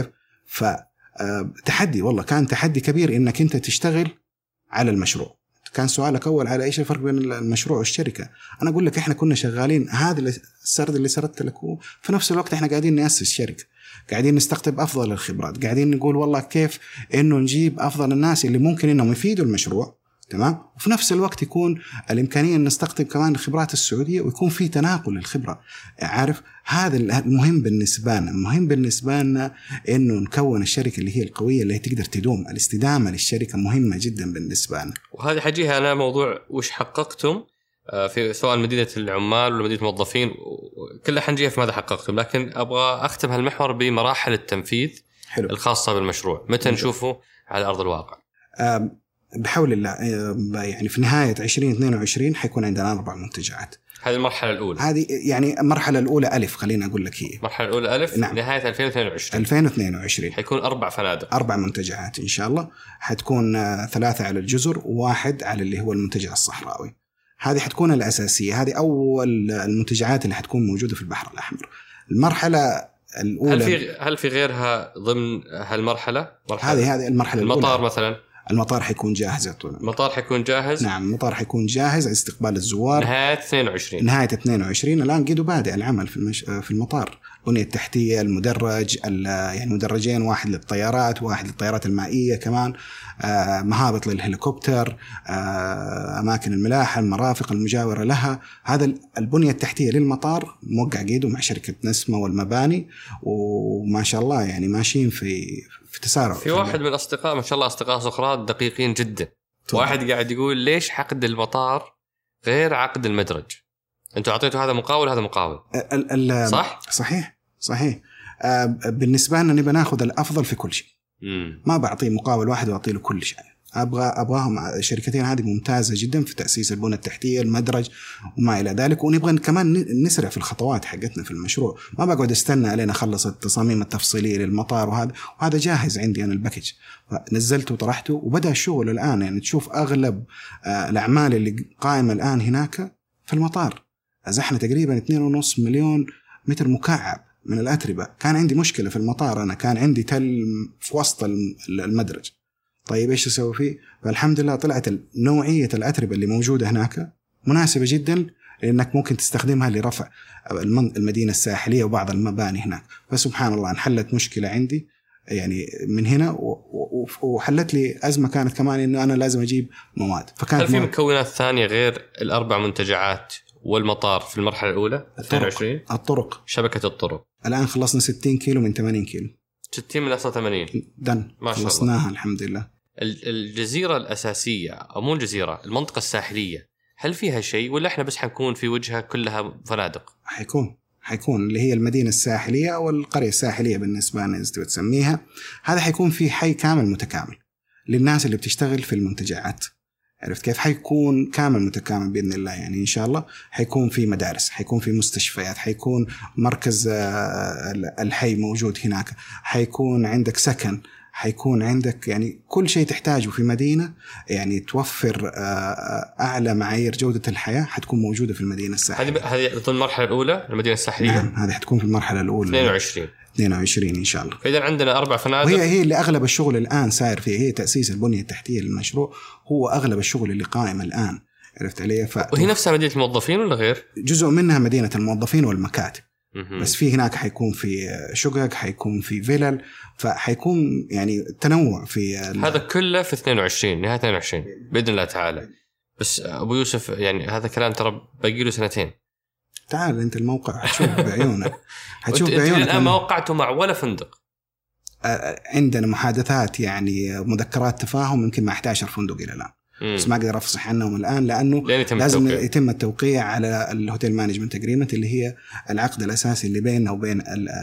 فتحدي والله كان تحدي كبير إنك أنت تشتغل على المشروع. كان سؤالك أول على إيش الفرق بين المشروع والشركة، أنا أقول لك إحنا كنا شغالين هذا السرد اللي سردت لك، في نفس الوقت إحنا قاعدين نأسس شركة، قاعدين نستقطب أفضل الخبرات، قاعدين نقول والله كيف إنه نجيب أفضل الناس اللي ممكن إنهم يفيدوا المشروع، تمام، وفي نفس الوقت يكون الإمكانية أن نستقطب كمان الخبرات السعودية ويكون في تناقل للخبرة. عارف هذا المهم بالنسبة لنا، مهم بالنسبة لنا إنه نكون الشركة اللي هي القوية اللي تقدر تدوم. الاستدامة للشركة مهمة جدا بالنسبة لنا. وهذه حاجيها أنا موضوع وش حققتم في سواء مدينة العمال ولا مدينة الموظفين، كلها حنجيها في ماذا حققتم، لكن أبغى أختم هالمحور بمراحل التنفيذ حلو. الخاصة بالمشروع، متى نشوفه على أرض الواقع؟ بحول الله يعني في نهاية عشرين اثنين وعشرين حيكون عندنا أربع منتجعات. هذه المرحلة الأولى. هذه يعني المرحلة الأولى ألف، خلينا أقول لك هي المرحلة الأولى ألف. نعم. نهاية ألفين واثنين وعشرين. ألفين واثنين وعشرين حيكون أربع فنادق، أربع منتجعات إن شاء الله. حتكون ثلاثة على الجزر وواحد على اللي هو المنتجع الصحراوي. هذه حتكون الأساسية، هذه أول المنتجعات اللي حتكون موجودة في البحر الأحمر. المرحلة الأولى هل في هل في غيرها ضمن هالمرحلة؟ هذه هذه المرحلة الأولى. المطار مثلا. المطار حيكون جاهز. المطار حيكون جاهز. نعم المطار حيكون جاهز على استقبال الزوار. نهاية اثنين وعشرين. نهاية اثنين وعشرين. الآن قدوا بادئ العمل في المش... في المطار. بنية التحتية، المدرج، يعني مدرجين، واحد للطيارات واحد للطيارات المائية كمان، آه مهابط للهليكوبتر، آه أماكن الملاحة، المرافق المجاورة لها. هذا البنية التحتية للمطار موقع قيده مع شركة نسمة والمباني، وما شاء الله يعني ماشيين في في تسارع. في واحد من الأصدقاء ما شاء الله أصدقاء سقراط دقيقين جدا، طبعا. واحد قاعد يقول ليش عقد المطار غير عقد المدرج؟ أنتوا عطيتوا هذا مقاول هذا مقاول ال ال صح؟ صحيح صحيح. آه بالنسبة لنا نبي ناخذ الأفضل في كل شيء. مم. ما بعطيه مقاول واحد وأعطيه له كل شيء. أبغى أبغاهم الشركتين هذه ممتازة جدا في تأسيس البنى التحتية، المدرج وما إلى ذلك، ونبغى كمان نسرع في الخطوات حقتنا في المشروع. ما بقعد استنى علينا أخلص التصاميم التفصيلية للمطار وهذا وهذا جاهز عندي أنا الباكج، نزلته وطرحته وبدأ الشغل الآن. يعني تشوف أغلب آه الأعمال اللي قائمة الآن هناك في المطار. أزحنا تقريبا اثنين ونص مليون متر مكعب من الأتربة. كان عندي مشكلة في المطار، أنا كان عندي تل في وسط المدرج. طيب إيش أسوي فيه؟ فالحمد لله طلعت نوعية الأتربة اللي موجودة هناك مناسبة جدا لأنك ممكن تستخدمها لرفع المدينة الساحلية وبعض المباني هناك. فسبحان الله انحلت مشكلة عندي يعني من هنا، وحلت لي أزمة كانت كمان إنه أنا لازم أجيب مواد. فكانت هل في مكونات ثانية غير الأربع منتجعات والمطار في المرحلة الأولى؟ اثنين وعشرين الطرق، شبكة الطرق. الآن خلصنا ستين كيلو من ثمانين كيلو. ستين من أصل ثمانين دن خلصناها الحمد لله. الجزيرة الأساسية أو مو الجزيرة، المنطقة الساحلية، هل فيها شيء ولا إحنا بس حنكون في وجهها كلها فنادق؟ حيكون حيكون اللي هي المدينة الساحلية أو القرية الساحلية بالنسبة لنا إذا تسميها. هذا حيكون في حي كامل متكامل للناس اللي بتشتغل في المنتجعات. عرفت كيف؟ حيكون كامل متكامل بإذن الله. يعني إن شاء الله حيكون في مدارس، حيكون في مستشفيات، حيكون مركز الحي موجود هناك، حيكون عندك سكن، حيكون عندك يعني كل شيء تحتاجه في مدينة يعني توفر أعلى معايير جودة الحياة حتكون موجودة في المدينة الساحلية. هذه هذه ضمن المرحلة الأولى المدينة الساحلية. نعم هذه حتكون في المرحلة الأولى اثنين وعشرين اثنين وعشرين إن شاء الله. فإذا عندنا أربع فنادق، وهي هي اللي أغلب الشغل الآن صاير فيها، هي تأسيس البنية التحتية للمشروع هو أغلب الشغل اللي قائم الآن. عرفت علي؟ ف... وهي نفسها مدينة الموظفين ولا غير؟ جزء منها مدينة الموظفين والمكاتب، م-م. بس في هناك حيكون في شقق، حيكون في فيلل، فحيكون يعني تنوع في هذا كله في اثنين وعشرين نهاية اثنين وعشرين بإذن الله تعالى. بس أبو يوسف يعني هذا كلام ترى باقي له سنتين. تعال أنت الموقع هتشوف بعيونك هتشوف بعيونك. الآن ما وقعته مع ولا فندق. عندنا محادثات يعني مذكرات تفاهم يمكن مع إحدى عشر فندق إلى الآن، بس ما أقدر أفصح عنهم الآن لأنه يتم لازم التوقيع. يتم التوقيع على الهوتيل مانجمنت اجريمنت اللي هي العقد الأساسي اللي بيننا وبين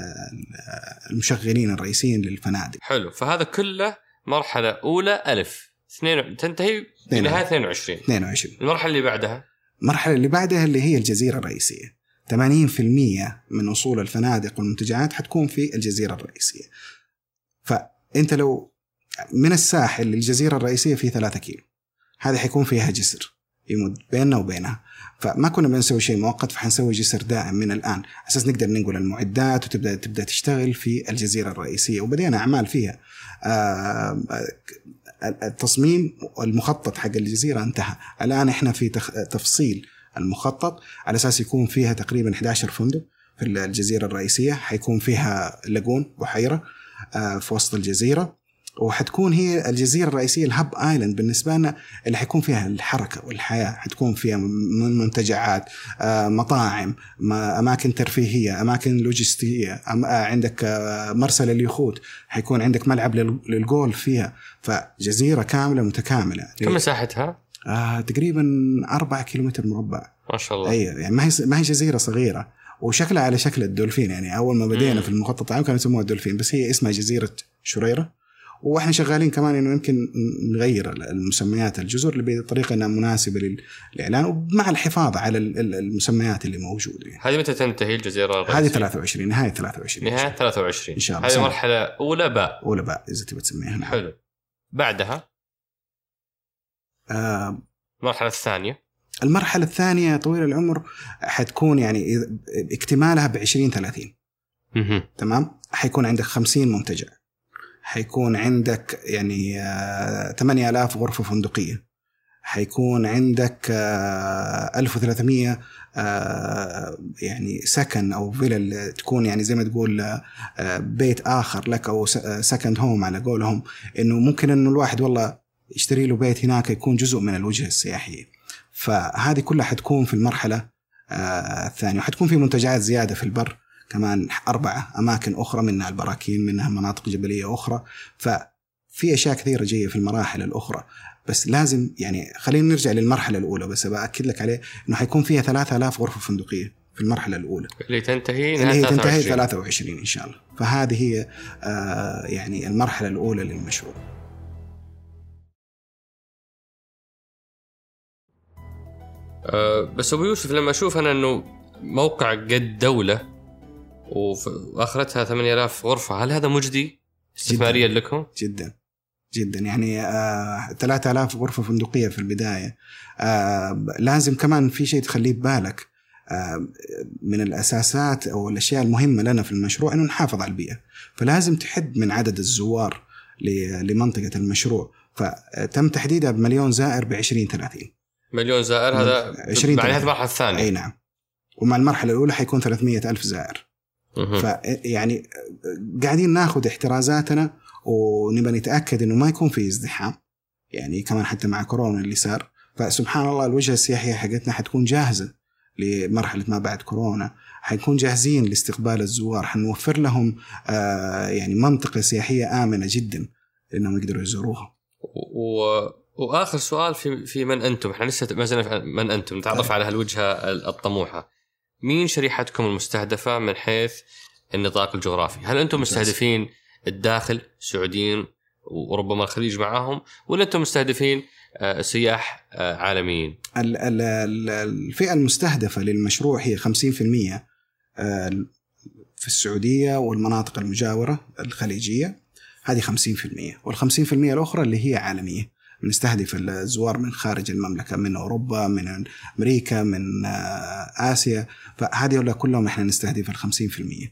المشغلين الرئيسيين للفنادق. حلو. فهذا كله مرحلة أولى ألف اثنين تنتهي بنهاية اثنين وعشرين. اثنين وعشرين المرحلة اللي بعدها المرحلة اللي بعدها اللي هي الجزيرة الرئيسية. ثمانين بالمئة من وصول الفنادق والمنتجعات حتكون في الجزيرة الرئيسية. فأنت لو من الساحل للجزيرة الرئيسية في ثلاثة كيلو، هذا حيكون فيها جسر يمد بيننا وبينها. فما كنا بنسوي شيء مؤقت، فحنسوي جسر دائم من الآن أساس نقدر ننقل المعدات وتبدأ تبدأ تشتغل في الجزيرة الرئيسية. وبدأنا أعمال فيها. التصميم والمخطط حق الجزيرة انتهى، الآن إحنا في تفصيل المخطط على أساس يكون فيها تقريبا إحدى عشر فندق في الجزيرة الرئيسية. حيكون فيها لاجون بحيرة في وسط الجزيرة، وحتكون هي الجزيرة الرئيسية الهب آيلاند بالنسبة لنا اللي حيكون فيها الحركة والحياة. حتكون فيها منتجعات، مطاعم، أماكن ترفيهية، أماكن لوجستية، عندك مرسى لليخوت، حيكون عندك ملعب للجول فيها. فجزيرة كاملة متكاملة. كم مساحتها؟ آه تقريبا أربعة كيلومتر مربع. ما شاء الله. أيوة يعني ما هي ما هي جزيرة صغيرة، وشكلها على شكل الدولفين. يعني أول ما بدينا في المخطط عام كانوا يسموها الدولفين، بس هي اسمها جزيرة شريرة. واحنا شغالين كمان انه يمكن نغير المسميات الجزر بطريقه انها مناسبه للاعلان ومع الحفاظ على المسميات اللي موجوده. هذه متى تنتهي الجزيره الرئيسيه؟ هذه ثلاثة وعشرين نهايه ثلاثة وعشرين نهايه ثلاثة وعشرين ان شاء الله. هذه مرحله اولى باء. اولى باء اذا تبي تسميها. حلو. بعدها آه المرحله الثانيه. المرحله الثانيه طويله العمر حتكون يعني اكتمالها بعشرين ثلاثين. تمام. حيكون عندك خمسين منتجع، حيكون عندك يعني ثمانية آلاف غرفة فندقية، حيكون عندك ألف وثلاثمية يعني سكن أو فيلا تكون يعني زي ما تقول بيت آخر لك أو سكند هوم على قولهم، إنه ممكن إنه الواحد والله يشتري له بيت هناك يكون جزء من الوجهة السياحية. فهذه كلها حتكون في المرحلة الثانية. وحتكون في منتجعات زيادة في البر كمان أربعة أماكن أخرى، منها البراكين، منها مناطق جبلية أخرى. ففي أشياء كثيرة جاية في المراحل الأخرى، بس لازم يعني خلينا نرجع للمرحلة الأولى بس بأكد لك عليه إنه حيكون فيها ثلاثة آلاف غرفة فندقية في المرحلة الأولى اللي تنتهي اللي هي تنتهي ثلاثة وعشرين إن شاء الله. فهذه هي آه يعني المرحلة الأولى للمشروع. أه بس أبو يوسف لما أشوف أنا إنه موقع قد دولة وآخرتها ثمانية آلاف غرفة، هل هذا مجدي استثماريا لكم؟ جدا جدا يعني آه، ثلاثة آلاف غرفة فندقية في البداية. آه، لازم كمان في شيء تخليه ببالك. آه، من الأساسات أو الأشياء المهمة لنا في المشروع إنه نحافظ على البيئة، فلازم تحد من عدد الزوار لمنطقة المشروع. فتم تحديدها بمليون زائر بعشرين ثلاثين. مليون زائر هذا معنى هذه المرحلة الثانية. أي نعم. ومع المرحلة الأولى حيكون ثلاثمية ألف زائر. فيعني قاعدين ناخذ احترازاتنا ونبى نتأكد إنه ما يكون في ازدحام، يعني كمان حتى مع كورونا اللي صار. فسبحان الله الوجهة السياحية حقتنا حتكون جاهزة لمرحلة ما بعد كورونا، حيكون جاهزين لاستقبال الزوار، حنوفر لهم آه يعني منطقة سياحية آمنة جدا إنهم يقدروا يزوروها. و... وآخر سؤال في في من أنتم؟ إحنا لسه ما زلنا من أنتم نتعرف على هالوجهة الطموحة. مين شريحتكم المستهدفة من حيث النطاق الجغرافي؟ هل أنتم مستهدفين الداخل سعوديين وربما الخليج معاهم، ولا أنتم مستهدفين سياح عالميين؟ الفئة المستهدفة للمشروع هي خمسين بالمئة في السعودية والمناطق المجاورة الخليجية، هذه خمسين بالمئة، والخمسين بالمئة الأخرى اللي هي عالمية، نستهدف الزوار من خارج المملكة، من أوروبا، من أمريكا، من آسيا. فهذه كلهم إحنا نستهدف الخمسين بالمئة.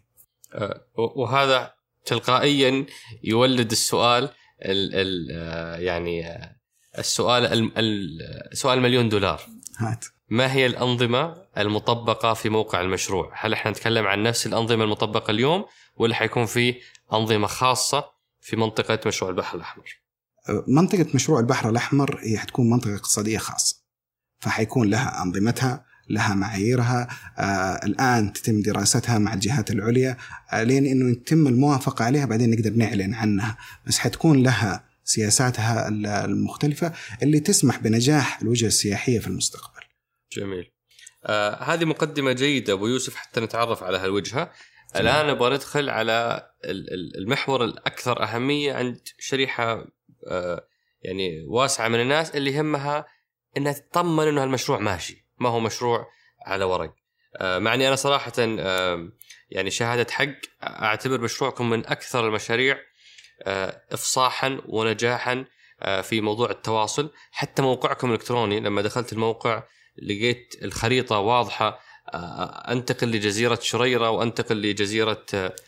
وهذا تلقائيا يولد السؤال ال ال يعني السؤال السؤال مليون دولار. هات. ما هي الأنظمة المطبقة في موقع المشروع؟ هل احنا نتكلم عن نفس الأنظمة المطبقة اليوم، ولا حيكون في أنظمة خاصة في منطقة مشروع البحر الأحمر؟ منطقة مشروع البحر الأحمر هي حتكون منطقة اقتصادية خاصة، فحيكون لها أنظمتها، لها معاييرها. آه الآن تتم دراستها مع الجهات العليا آه لين إنه يتم الموافقة عليها، بعدين نقدر نعلن عنها. بس حتكون لها سياساتها المختلفة اللي تسمح بنجاح الوجهة السياحية في المستقبل. جميل. آه هذه مقدمة جيدة أبو يوسف حتى نتعرف على هالوجهة. الآن نبغى ندخل على المحور الأكثر أهمية عند شريحة آه يعني واسعة من الناس اللي همها إنها تطمن إنه هالمشروع ماشي، ما هو مشروع على ورق. آه معني أنا صراحة آه يعني شهادة حق أعتبر مشروعكم من أكثر المشاريع آه إفصاحا ونجاحا آه في موضوع التواصل. حتى موقعكم الإلكتروني لما دخلت الموقع لقيت الخريطة واضحة، أنتقل لجزيرة شريرة وأنتقل لجزيرة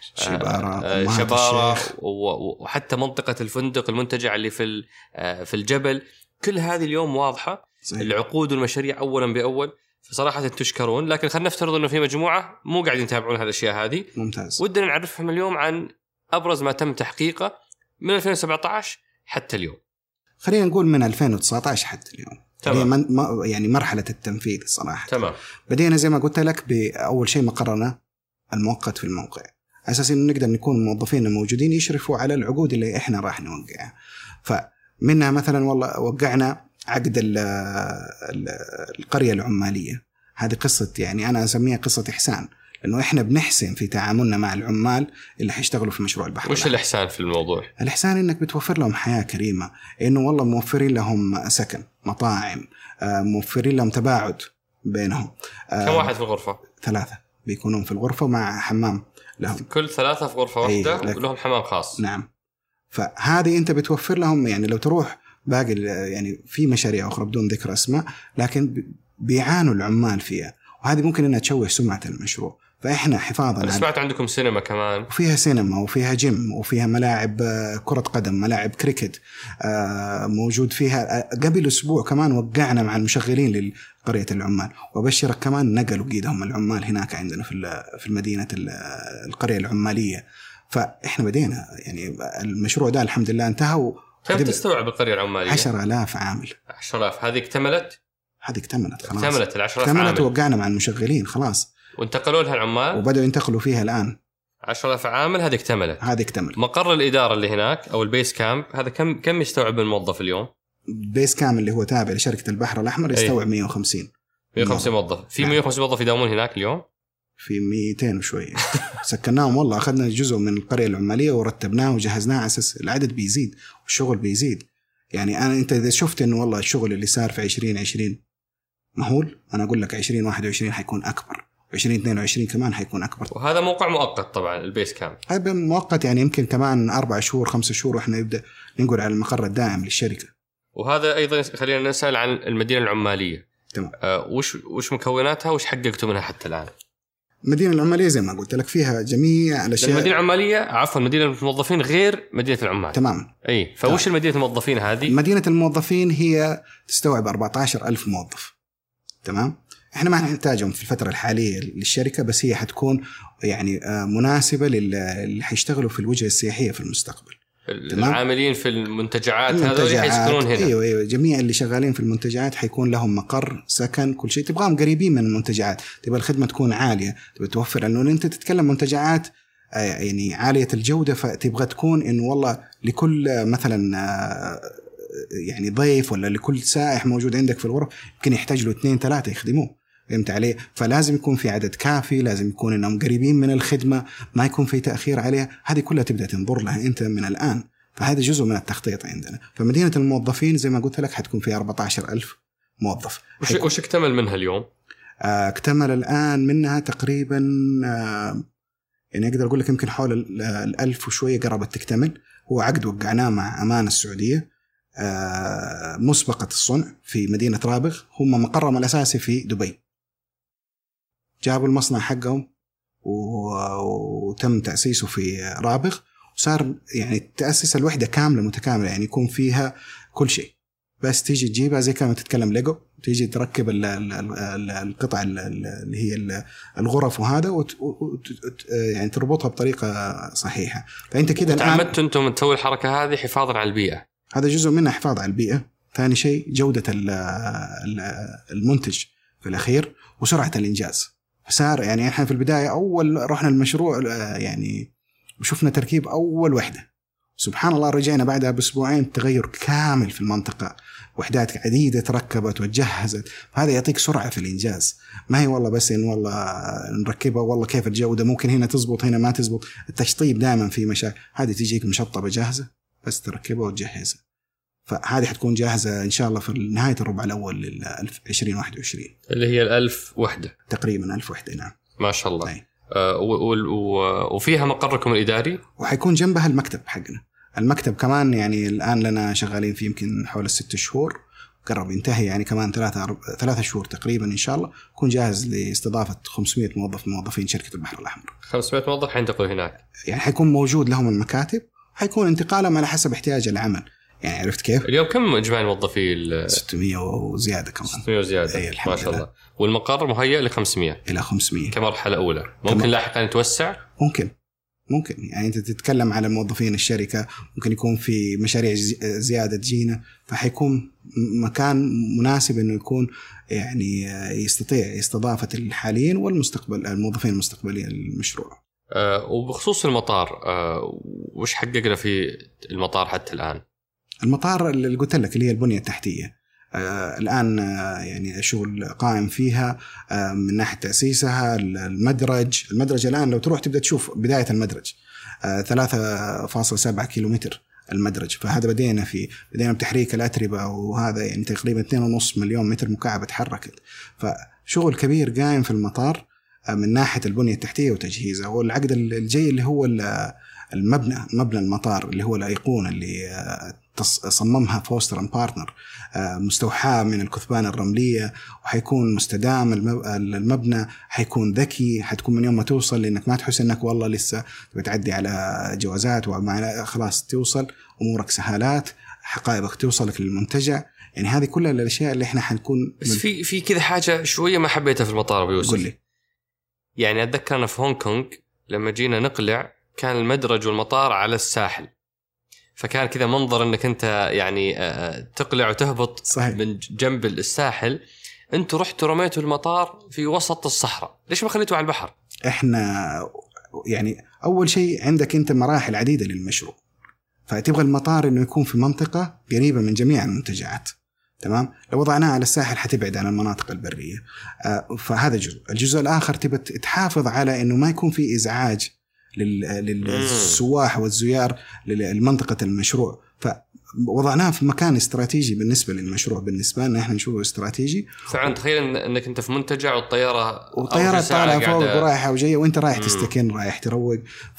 شبارة, شبارة وحتى منطقة الفندق المنتجع اللي في في الجبل. كل هذه اليوم واضحة. صحيح. العقود والمشاريع أولا بأول، فصراحة تشكرون. لكن خلينا نفترض أنه في مجموعة مو قاعدين يتابعون هالأشياء هذه. ممتاز. ودنا نعرفهم اليوم عن أبرز ما تم تحقيقه من ألفين وسبعة عشر حتى اليوم. خلينا نقول من ألفين وتسعة عشر حتى اليوم. تمام. يعني مرحلة التنفيذ صراحة. تمام. بدينا زي ما قلت لك بأول شيء مقرنا المؤقت في الموقع، أساس إنه نقدر نكون موظفين موجودين يشرفوا على العقود اللي إحنا راح نوقعها. فمنها مثلا والله وقعنا عقد ال ال القرية العمالية. هذه قصة يعني أنا أسميها قصة إحسان، لأنه إحنا بنحسن في تعاملنا مع العمال اللي حيشتغلوا في مشروع البحر. وش الإحسان في الموضوع؟ الإحسان إنك بتوفر لهم حياة كريمة، إنه والله موفرين لهم سكن، مطاعم، موفرين لهم تباعد بينهم. كم واحد في الغرفة؟ ثلاثة بيكونون في الغرفة مع حمام لهم. كل ثلاثة في غرفة واحدة ولهم حمام خاص. نعم. فهذه أنت بتوفر لهم، يعني لو تروح باقي يعني في مشاريع أخرى بدون ذكر أسماء لكن بيعانوا العمال فيها، وهذه ممكن أنها تشوه سمعة المشروع. فإحنا حفاظاً. أنا سمعت عندكم سينما كمان. وفيها سينما وفيها جيم وفيها ملاعب كرة قدم، ملاعب كريكت موجود فيها. قبل أسبوع كمان وقعنا مع المشغلين لقرية العمال، وبشرك كمان نقلوا قيدهم العمال هناك عندنا في في المدينة القرية العمالية. فإحنا بدينا يعني المشروع ده الحمد لله انتهى. كم تستوعب القرية العمالية؟ عشرة آلاف عامل. عشرة آلاف. هذه اكتملت؟ هذه اكتملت خلاص. اكتملت العشرة آلاف عامل. اكتملت ووقعنا مع المشغلين خلاص. وانتقلوا لها العمال وبدأوا ينتقلوا فيها الآن. عشرة آلاف عامل. هذه اكتملت. هذه اكتملت. مقر الإدارة اللي هناك أو البيس كامب هذا كم كم يستوعب الموظف اليوم؟ البيس كامب اللي هو تابع لشركة البحر الأحمر يستوعب مية وخمسين. مية وخمسين موظف. في مية وخمسين موظف يداومون هناك اليوم؟ في مئتين وشوية. سكناهم والله، أخذنا جزء من القرية العمالية ورتبناه وجهزناه على أساس العدد بيزيد والشغل بيزيد. يعني أنا أنت إذا شفت إنه والله الشغل اللي صار في عشرين عشرين مهول، أنا أقول لك عشرين واحد وعشرين حيكون أكبر، عشرين اثنين وعشرين كمان حيكون أكبر. وهذا موقع مؤقت طبعا البيس كامب. هذا مؤقت يعني يمكن كمان أربع شهور خمسة شهور وإحنا نبدأ ننقل على المقر الدائم للشركة. وهذا أيضا خلينا نسأل عن المدينة العمالية. تمام. آه وش وش مكوناتها وش حققتوا منها حتى الآن؟ المدينة العمالية زي ما قلت لك فيها جميع الأشياء. المدينة العمالية عفوا مدينة الموظفين غير مدينة العمال تماما. أي فوش المدينة الموظفين هذه؟ مدينة الموظفين هي تستوعب أربعة عشر ألف موظف. تمام. إحنا ما نحتاجهم في الفترة الحالية للشركة، بس هي حتكون يعني مناسبة للي حيشتغلوا في الوجهة السياحية في المستقبل. العاملين في المنتجعات هذول حيسكنون هنا. ايوه ايوه جميع اللي شغالين في المنتجعات حيكون لهم مقر سكن كل شيء. تبغاهم قريبين من المنتجعات، تبغى الخدمه تكون عاليه، تبغى توفر، لانه انت تتكلم منتجعات يعني عاليه الجوده، فتبغى تكون انه والله لكل مثلا يعني ضيف ولا لكل سائح موجود عندك في الغرف يمكن يحتاج له اثنين ثلاثه يخدموه. فهمت عليه؟ فلازم يكون في عدد كافي، لازم يكون انهم قريبين من الخدمه، ما يكون في تاخير عليها. هذه كلها تبدا تنظر لها انت من الان، فهذا جزء من التخطيط عندنا. فمدينه الموظفين زي ما قلت لك حتكون فيها أربعة عشر ألف موظف. وش وش اكتمل منها اليوم؟ آه اكتمل الان منها تقريبا آه يعني اقدر اقول لك يمكن حول الألف وشويه قربت تكتمل. هو عقد وقعناه مع أمانة السعوديه آه مسبقه الصنع في مدينه رابغ، هم مقرهم الاساسي في دبي. جابوا المصنع حقهم وتم تأسيسه في رابغ، وصار يعني تأسس الوحدة كاملة متكاملة، يعني يكون فيها كل شيء، بس تيجي تجيبها زي كما تتكلم ليجو، تيجي تركب القطع اللي هي الغرف وهذا وت يعني تربطها بطريقة صحيحة. فأنت كده تعمدتوا أنتم تسوي الحركة هذه حفاظا على البيئة. هذا جزء منها حفاظ على البيئة. ثاني شيء جودة المنتج في الأخير وسرعة الإنجاز. صار يعني احنا في البداية أول رحنا المشروع يعني وشفنا تركيب أول وحدة، سبحان الله رجعنا بعدها بأسبوعين تغير كامل في المنطقة، وحدات عديدة تركبت وتجهزت. هذا يعطيك سرعة في الإنجاز، ما هي والله بس إن والله نركبها والله كيف الجودة ممكن هنا تزبط هنا ما تزبط. التشطيب دائما في مشاكل، هذه تيجيك مشطبة جاهزة بس تركبها وتجهزها. فهذه حتكون جاهزة إن شاء الله في نهاية الربع الأول للعشرين واحد وعشرين اللي هي الألف وحدة تقريبا. ألف وحدة نعم ما شاء الله. آه وفيها مقركم الإداري، وحيكون جنبها المكتب حقنا. المكتب كمان يعني الآن لنا شغالين فيه يمكن حول الست شهور، قرب ينتهي يعني كمان ثلاثة ثلاثة شهور تقريبا إن شاء الله يكون جاهز لاستضافة خمسمائة موظف من موظفين شركة البحر الأحمر. خمسمائة موظف حينتقل هناك، يعني حيكون موجود لهم المكاتب، حيكون انتقالهم على حسب احتياج العمل. يعني عرفت كيف؟ اليوم كم إجماع الموظفين؟ ستمائة وزيادة كمان. ستمائة وزيادة ما شاء الله. والمقر مهيأ ل خمسمائة إلى خمسمائة كمرحلة أولى. ممكن كم... لاحقا يتوسع؟ ممكن ممكن يعني أنت تتكلم على موظفين الشركة، ممكن يكون في مشاريع زيادة تجينا، فحيكون مكان مناسب إنه يكون يعني يستطيع استضافة الحاليين والمستقبل الموظفين المستقبليين للمشروع. أه وبخصوص المطار أه وش حققنا في المطار حتى الآن؟ المطار اللي قلت لك اللي هي البنية التحتية آه الآن آه يعني الشغل قائم فيها آه من ناحية تأسيسها. المدرج المدرج الآن لو تروح تبدأ تشوف بداية المدرج آه ثلاثة فاصلة سبعة كيلومتر المدرج. فهذا بدينا فيه، بدينا بتحريك الأتربة وهذا يعني تقريبا اثنين ونص مليون متر مكعب تحركت. فشغل كبير قائم في المطار آه من ناحية البنية التحتية وتجهيزها. والعقد الجاي اللي هو المبنى مبنى المطار اللي هو الأيقونة اللي صممها فوستر اند بارتنر، مستوحاة من الكثبان الرملية، وحيكون مستدام. المبنى حيكون ذكي، حتكون من يوم ما توصل لأنك ما تحس أنك والله لسه بتعدي على جوازات ومع خلاص توصل أمورك سهالات، حقائبك توصلك للمنتجع. يعني هذه كلها الأشياء اللي إحنا حنكون. بس في في كذا حاجة شوية ما حبيتها في المطار بيوسف. قل لي. يعني أتذكر أنا في هونغ كونغ لما جينا نقلع كان المدرج والمطار على الساحل، فكان كذا منظر انك انت يعني تقلع وتهبط صحيح. من جنب الساحل. انتوا رحتوا رميتوا المطار في وسط الصحراء، ليش ما خليتوا على البحر؟ احنا يعني اول شيء عندك انت مراحل عديدة للمشروع، فتبغى المطار انه يكون في منطقة قريبة من جميع المنتجعات. تمام. لو وضعناه على الساحل حتبعد عن المناطق البرية، فهذا جزء. الجزء الاخر تبى تحافظ على انه ما يكون في ازعاج للسواح والزيار لمنطقة المشروع، فوضعناها في مكان استراتيجي بالنسبة للمشروع. بالنسبة لنا احنا نشوفه استراتيجي فعلا. تخيل انك انت في منتجع والطيارة والطيارة طالعة فوق ورايحة وجاية وانت رايح تستكن رايح تروق.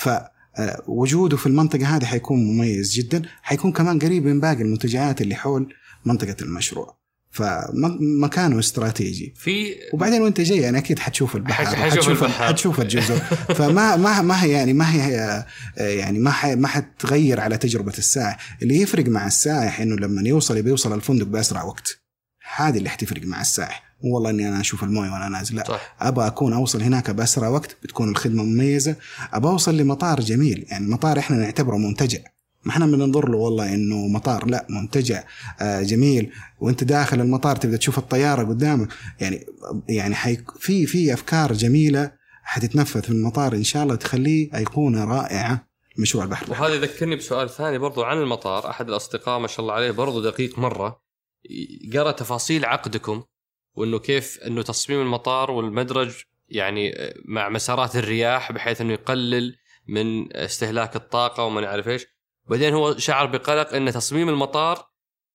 فوجوده في المنطقة هذه حيكون مميز جدا، حيكون كمان قريب من باقي المنتجعات اللي حول منطقة المشروع. فمكانه استراتيجي في. وبعدين وانت جاي يعني اكيد حتشوف البحر، حتشوف حتشوف الجزر. فما ما ما هي يعني ما هي يعني ما ح ما حتغير على تجربه السائح. اللي يفرق مع السائح انه لما يوصل بيوصل الفندق باسرع وقت. هذه اللي حتفرق مع السائح. والله اني انا اشوف المويه وانا نازل، لا ابى اكون اوصل هناك باسرع وقت، بتكون الخدمه مميزه. ابى اوصل لمطار جميل، يعني مطار احنا نعتبره منتجع، ما احنا بننظر له والله انه مطار، لا منتجع آه جميل. وانت داخل المطار تبدا تشوف الطياره قدامك، يعني يعني حي في في افكار جميله حتتنفذ في المطار ان شاء الله تخليه ايقونه رائعه مشروع البحر. وهذا يذكرني بسؤال ثاني برضو عن المطار. احد الاصدقاء ما شاء الله عليه برضو دقيق مره، قرأ تفاصيل عقدكم، وانه كيف انه تصميم المطار والمدرج يعني مع مسارات الرياح بحيث انه يقلل من استهلاك الطاقه وما نعرف ايش. بعدين هو شعر بقلق ان تصميم المطار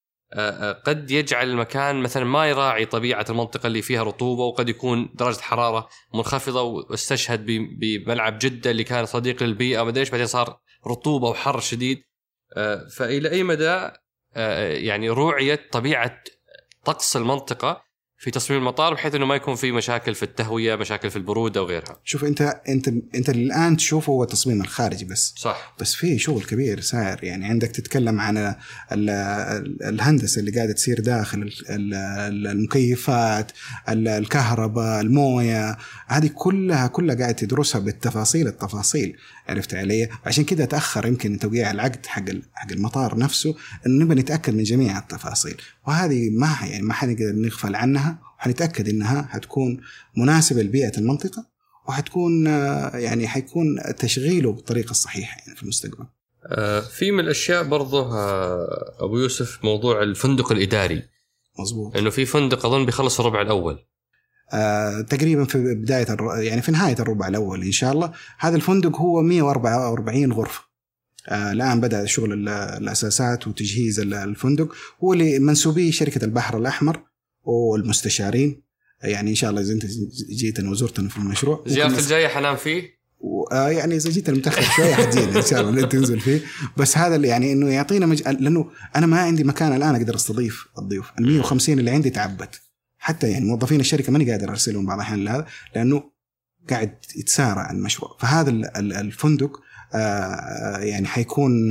قد يجعل المكان مثلا ما يراعي طبيعه المنطقه اللي فيها رطوبه، وقد يكون درجه حراره منخفضه. واستشهد بملعب جده اللي كان صديق للبيئه وما ايش، بعدين صار رطوبه وحر شديد. فالى اي مدى يعني روعيه طبيعه طقس المنطقه في تصميم المطار بحيث انه ما يكون في مشاكل في التهويه، مشاكل في البروده وغيرها. شوف انت انت انت الان تشوفه هو التصميم الخارجي بس، صح، بس في شغل كبير سائر. يعني عندك تتكلم عن الهندسه اللي قاعده تصير داخل المكيفات، الكهرباء، المويه، هذه كلها كلها قاعده تدرسها بالتفاصيل التفاصيل. عرفت علي؟ عشان كده تاخر يمكن توقيع العقد حق حق المطار نفسه، انه نبي نتاكد من جميع التفاصيل. وهذه ما يعني ما حنقدر نغفل عنها، وحنتاكد انها حتكون مناسبه لبيئه المنطقه، وحتكون يعني حيكون تشغيله بالطريقه الصحيحه يعني في المستقبل. في من الاشياء برضه ابو يوسف موضوع الفندق الاداري. مظبوط، انه في فندق اظن بيخلص الربع الاول آه، تقريبا في بداية يعني في نهاية الربع الأول إن شاء الله. هذا الفندق هو مئة وأربعة وأربعين غرفة. آه، الآن بدأ شغل الأساسات وتجهيز الفندق، هو اللي منسوبيه شركة البحر الأحمر والمستشارين. يعني إن شاء الله إذا أنت جيتنا وزرتنا في المشروع زيارة الجاية حنام فيه. آه، يعني إذا جيت المتأخر شوية حتجينا إن شاء الله تنزل فيه. بس هذا اللي يعني إنه يعطينا مج... لأنه أنا ما عندي مكان الآن أقدر أستضيف الضيوف. المية وخمسين اللي عندي تعبت، حتى يعني موظفين الشركة ماني قادر أرسلهم بعض الأحيان لهذا، لأنه قاعد يتسارع المشروع. فهذا الفندق يعني حيكون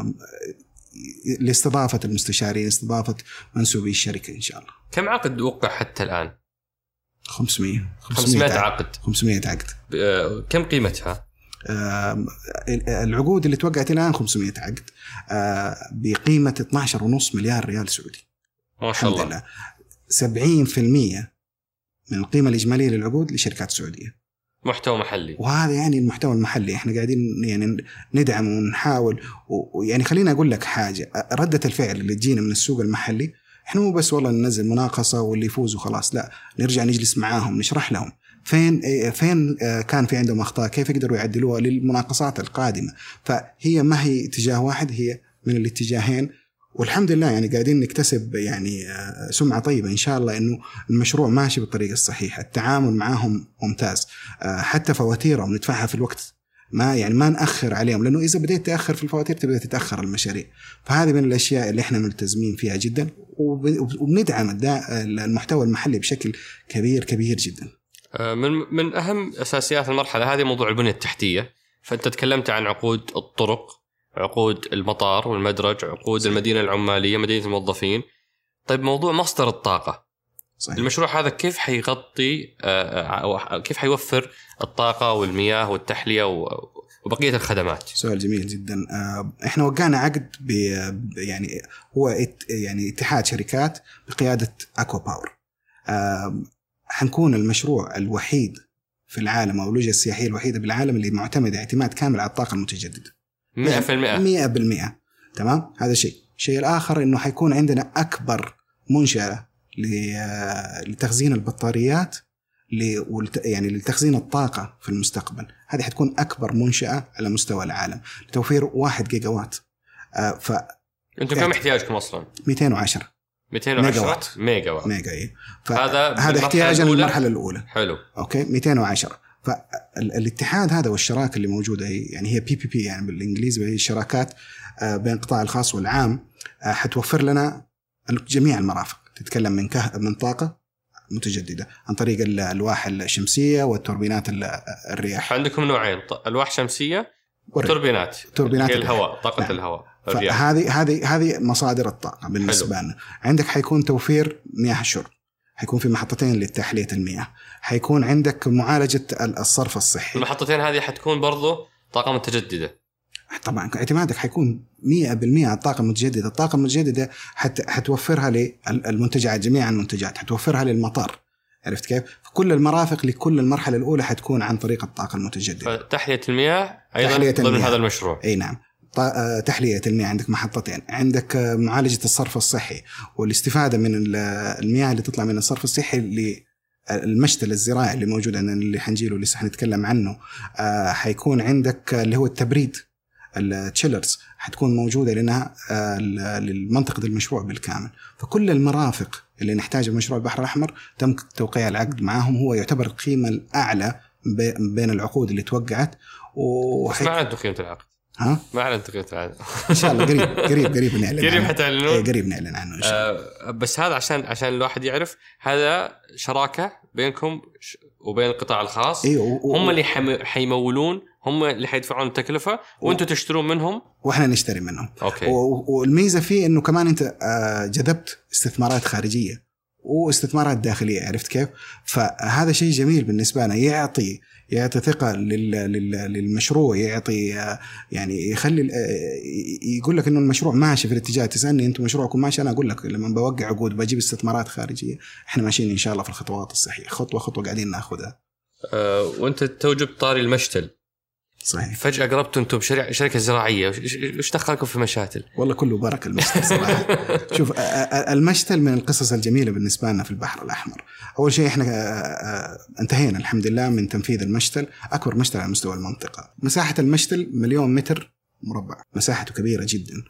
لاستضافة المستشارين، استضافة منسوبي الشركة إن شاء الله. كم عقد وقع حتى الآن؟ خمسمية خمسمية عقد. خمسمية عقد. كم قيمتها؟ العقود اللي توقعت الآن خمسمية عقد بقيمة اثنا عشر ونص مليار ريال سعودي. ما شاء الله. الله. سبعين في المية من القيمة الإجمالية للعقود لشركات سعودية. محتوى محلي. وهذا يعني المحتوى المحلي احنا قاعدين يعني ندعم ونحاول. ويعني خلينا أقول لك حاجة، ردة الفعل اللي تجينا من السوق المحلي، احنا مو بس والله ننزل مناقصة واللي يفوز وخلاص، لا، نرجع نجلس معاهم نشرح لهم فين فين كان في عندهم أخطاء، كيف يقدروا يعدلوها للمناقصات القادمة. فهي ما هي اتجاه واحد، هي من الاتجاهين. والحمد لله يعني قاعدين نكتسب يعني سمعة طيبة إن شاء الله إنه المشروع ماشي بالطريقة الصحيحة. التعامل معهم ممتاز، حتى فواتيرهم ندفعها في الوقت، ما يعني ما نأخر عليهم، لأنه إذا بديت تأخر في الفواتير تبدأ تتأخر المشاريع. فهذه من الأشياء اللي إحنا ملتزمين فيها جدا، وبندعم المحتوى المحلي بشكل كبير كبير جدا. من من أهم أساسيات المرحلة هذه موضوع البنية التحتية. فأنت تكلمت عن عقود الطرق، عقود المطار والمدرج، عقود المدينة العمالية، مدينة الموظفين. طيب موضوع مصدر الطاقة. صحيح. المشروع هذا كيف حيغطي كيف حيوفر الطاقة والمياه والتحلية وبقية الخدمات؟ سؤال جميل جدا. احنا وقعنا عقد ب يعني هو يعني اتحاد شركات بقيادة أكوا باور. حنكون المشروع الوحيد في العالم أو الوجهة السياحية الوحيدة بالعالم اللي معتمد اعتماد كامل على الطاقة المتجددة. مئة في المئة مئة بالمئة. تمام. هذا شيء. الشيء الآخر إنه حيكون عندنا أكبر منشأة لتخزين البطاريات يعني لتخزين الطاقة في المستقبل. هذه حتكون أكبر منشأة على مستوى العالم لتوفير واحد جيجا وات. ف أنتم كم احتياجكم أصلاً؟ مئتين وعشرة مئتين وعشرة ميجا وات. ميجا وات. ميجا إيه. هذا هذا احتياجا للمرحلة الأولى. حلو. أوكي. مئتين وعشرة. فالاتحاد هذا والشراكة اللي موجودة هي يعني هي بي بي بي يعني بالإنجليزي، هي الشراكات بين القطاع الخاص والعام، حتوفر لنا جميع المرافق، تتكلم من كه... من طاقة متجددة عن طريق الألواح الشمسية والتوربينات الرياح. عندكم نوعين، ألواح شمسية وتوربينات، توربينات الهواء، طاقة نعم. الهواء، هذه هذه هذه مصادر الطاقة بالنسبة لنا. عندك حيكون توفير مياه الشرب، حيكون في محطتين لتحلية المياه، حيكون عندك معالجة الصرف الصحي. المحطتين هذه حتكون برضو طاقة متجددة طبعا، اعتمادك حيكون مية بالمية على الطاقة المتجددة. الطاقة المتجددة حت حتوفرها للمنتجات، جميع المنتجات حتوفرها للمطار، عرفت كيف؟ كل المرافق لكل المرحلة الأولى حتكون عن طريق الطاقة المتجددة. تحلية المياه أيضا ضمن هذا المشروع. أي نعم، تحلية المياه عندك محطتين، عندك معالجة الصرف الصحي والاستفادة من المياه اللي تطلع من الصرف الصحي للمشتل الزراعي اللي موجود عندنا اللي حنجيله لسه حنتكلم عنه. حيكون عندك اللي هو التبريد، التشيلرز حتكون موجودة لأنها للمنطقة المشروع بالكامل. فكل المرافق اللي نحتاجها مشروع البحر الأحمر تم توقيع العقد معهم، هو يعتبر القيمة الأعلى بين العقود اللي توقعت. وح... ما أعلنتوا قيمة العقد؟ ها؟ ما أعلنتوا قيمة العقد؟ إن شاء الله قريب قريب قريب نعلن قريب حتعلنون؟ إيه قريب نعلن عنه إن شاء الله. آه بس هذا عشان عشان الواحد يعرف هذا شراكة بينكم وبين القطاع الخاص. إيه و... هم اللي حم... حيمولون، هم اللي حيدفعون التكلفة وانتوا تشترون منهم واحنا نشتري منهم. أوكي. و... والميزة فيه انه كمان انت جذبت استثمارات خارجية واستثمارات داخلية، عرفت كيف؟ فهذا شيء جميل بالنسبة لنا، يعطي يعطي ثقة لل... لل... للمشروع، يعطي يعني يخلي يقول لك انه المشروع ماشي في الاتجاه. تسألني انتم مشروعكم ماشي، انا اقول لك لما بوقع عقود بجيب استثمارات خارجية احنا ماشيين ان شاء الله في الخطوات الصحيحة، خطوة خطوة قاعدين ناخذها. أه وانت توجب طاري المشتل. صحيح. فجأة قربتوا أنتم بشركة شركة زراعية، وش دخلكم في مشاتل؟ والله كله بركة المشتل صراحة. شوف المشتل من القصص الجميلة بالنسبة لنا في البحر الأحمر. أول شيء إحنا انتهينا الحمد لله من تنفيذ المشتل، أكبر مشتل على مستوى المنطقة. مساحة المشتل مليون متر مربع، مساحته كبيرة جدا.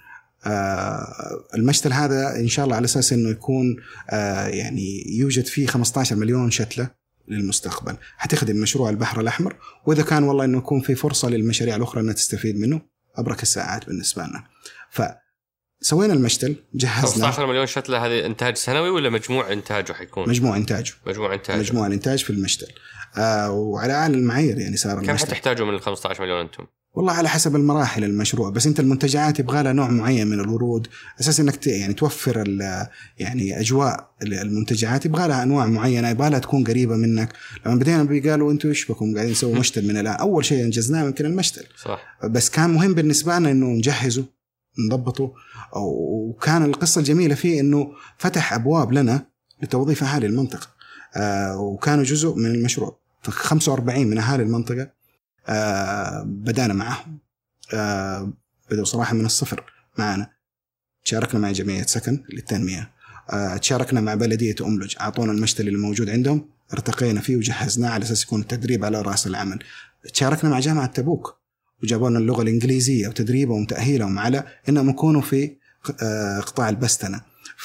المشتل هذا إن شاء الله على أساس إنه يكون يعني يوجد فيه خمسة عشر مليون شتلة للمستقبل، حتخدم مشروع البحر الأحمر. وإذا كان والله إنه يكون في فرصة للمشاريع الأخرى أنها تستفيد منه، أبرك الساعات بالنسبة لنا. فسوينا المشتل، جهزنا خمسة عشر مليون شتلة. هذه إنتاج سنوي ولا مجموع إنتاجه حيكون؟ مجموع إنتاجه. مجموع إنتاجه. مجموع الإنتاج في المشتل. آه وعلى أعلى المعايير يعني صار. كم حتحتاجوا من الخمسة عشر مليون أنتم؟ والله على حسب المراحل المشروع، بس انت المنتجعات يبغى لها نوع معين من الورود، اساس انك يعني توفر يعني اجواء المنتجعات يبغى لها انواع معينه، يبغى لها تكون قريبه منك. لما بدينا بيقالوا انتوا ايش بكم قاعدين نسوي مشتل من الان، اول شيء انجزناه يمكن المشتل صح، بس كان مهم بالنسبه لنا انه نجهزه نضبطه. وكان القصه الجميله فيه انه فتح ابواب لنا لتوظيف اهالي المنطقه، آه وكانوا جزء من المشروع. فخمسة وأربعين من اهالي المنطقه آه بدأنا معهم، آه بدأوا صراحة من الصفر معنا. تشاركنا مع جمعية سكن للتنمية، آه تشاركنا مع بلدية أملج، أعطونا المشتل اللي موجود عندهم، ارتقينا فيه وجهزناه على أساس يكون التدريب على رأس العمل. تشاركنا مع جامعة تبوك وجابونا اللغة الإنجليزية وتدريبهم وتأهيلهم على إنهم يكونوا في آه قطاع البستنة.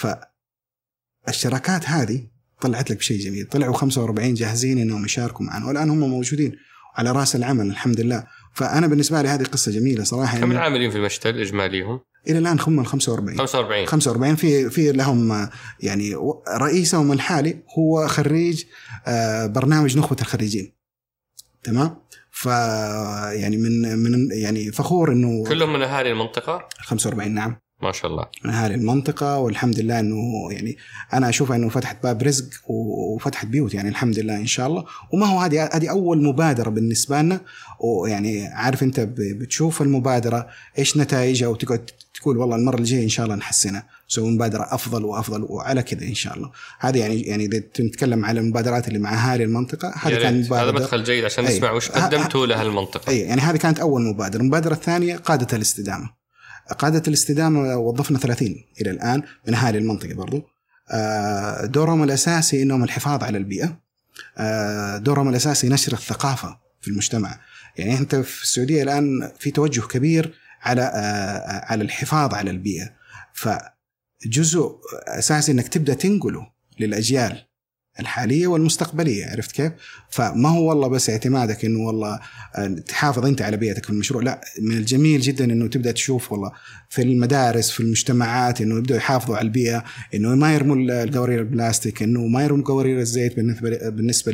فالشراكات هذه طلعت لك بشيء جميل، طلعوا خمسة وأربعين جاهزين إنهم يشاركوا معنا، والآن هم موجودين على رأس العمل الحمد لله. فأنا بالنسبة لي هذه قصة جميلة صراحة. كم العاملين في المشتل إجماليهم؟ إلى الآن هم الخمسة وأربعين. خمسة وأربعين. خمسة وأربعين في في لهم يعني رئيسهم الحالي هو خريج برنامج نخبة الخريجين، تمام. ف يعني من من يعني فخور إنه كلهم من أهالي المنطقة. خمسة وأربعين نعم. ما شاء الله من هذه المنطقة، والحمد لله إنه يعني أنا أشوف إنه فتحت باب رزق وفتحت بيوت يعني الحمد لله إن شاء الله. وما هو هذه هذه أول مبادرة بالنسبة لنا، ويعني عارف أنت بتشوف المبادرة إيش نتائجها وتقعد تقول والله المرة الجاية إن شاء الله نحسنها، نسوي مبادرة أفضل وأفضل وعلى كذا إن شاء الله. هذه يعني يعني إذا نتكلم على المبادرات اللي مع أهالي المنطقة، هذه كانت هذا مدخل جيد عشان نسمع وش قدمتوا لها المنطقة. أي يعني هذه كانت أول مبادرة. المبادرة الثانية قادة الاستدامة. قادة الاستدامة وظفنا ثلاثين إلى الآن من أهالي المنطقة برضو. دورهم الأساسي إنهم الحفاظ على البيئة، دورهم الأساسي نشر الثقافة في المجتمع. يعني أنت في السعودية الآن في توجه كبير على على الحفاظ على البيئة، فجزء أساسي إنك تبدأ تنقله للأجيال الحالية والمستقبلية، عرفت كيف؟ فما هو والله بس اعتمادك إنه والله تحافظ أنت على بيئتك في المشروع، لا، من الجميل جدا إنه تبدأ تشوف والله في المدارس في المجتمعات إنه يبدأوا يحافظوا على البيئة، إنه ما يرموا القوارير البلاستيك، إنه ما يرموا قوارير الزيت بالنسبة بالنسبة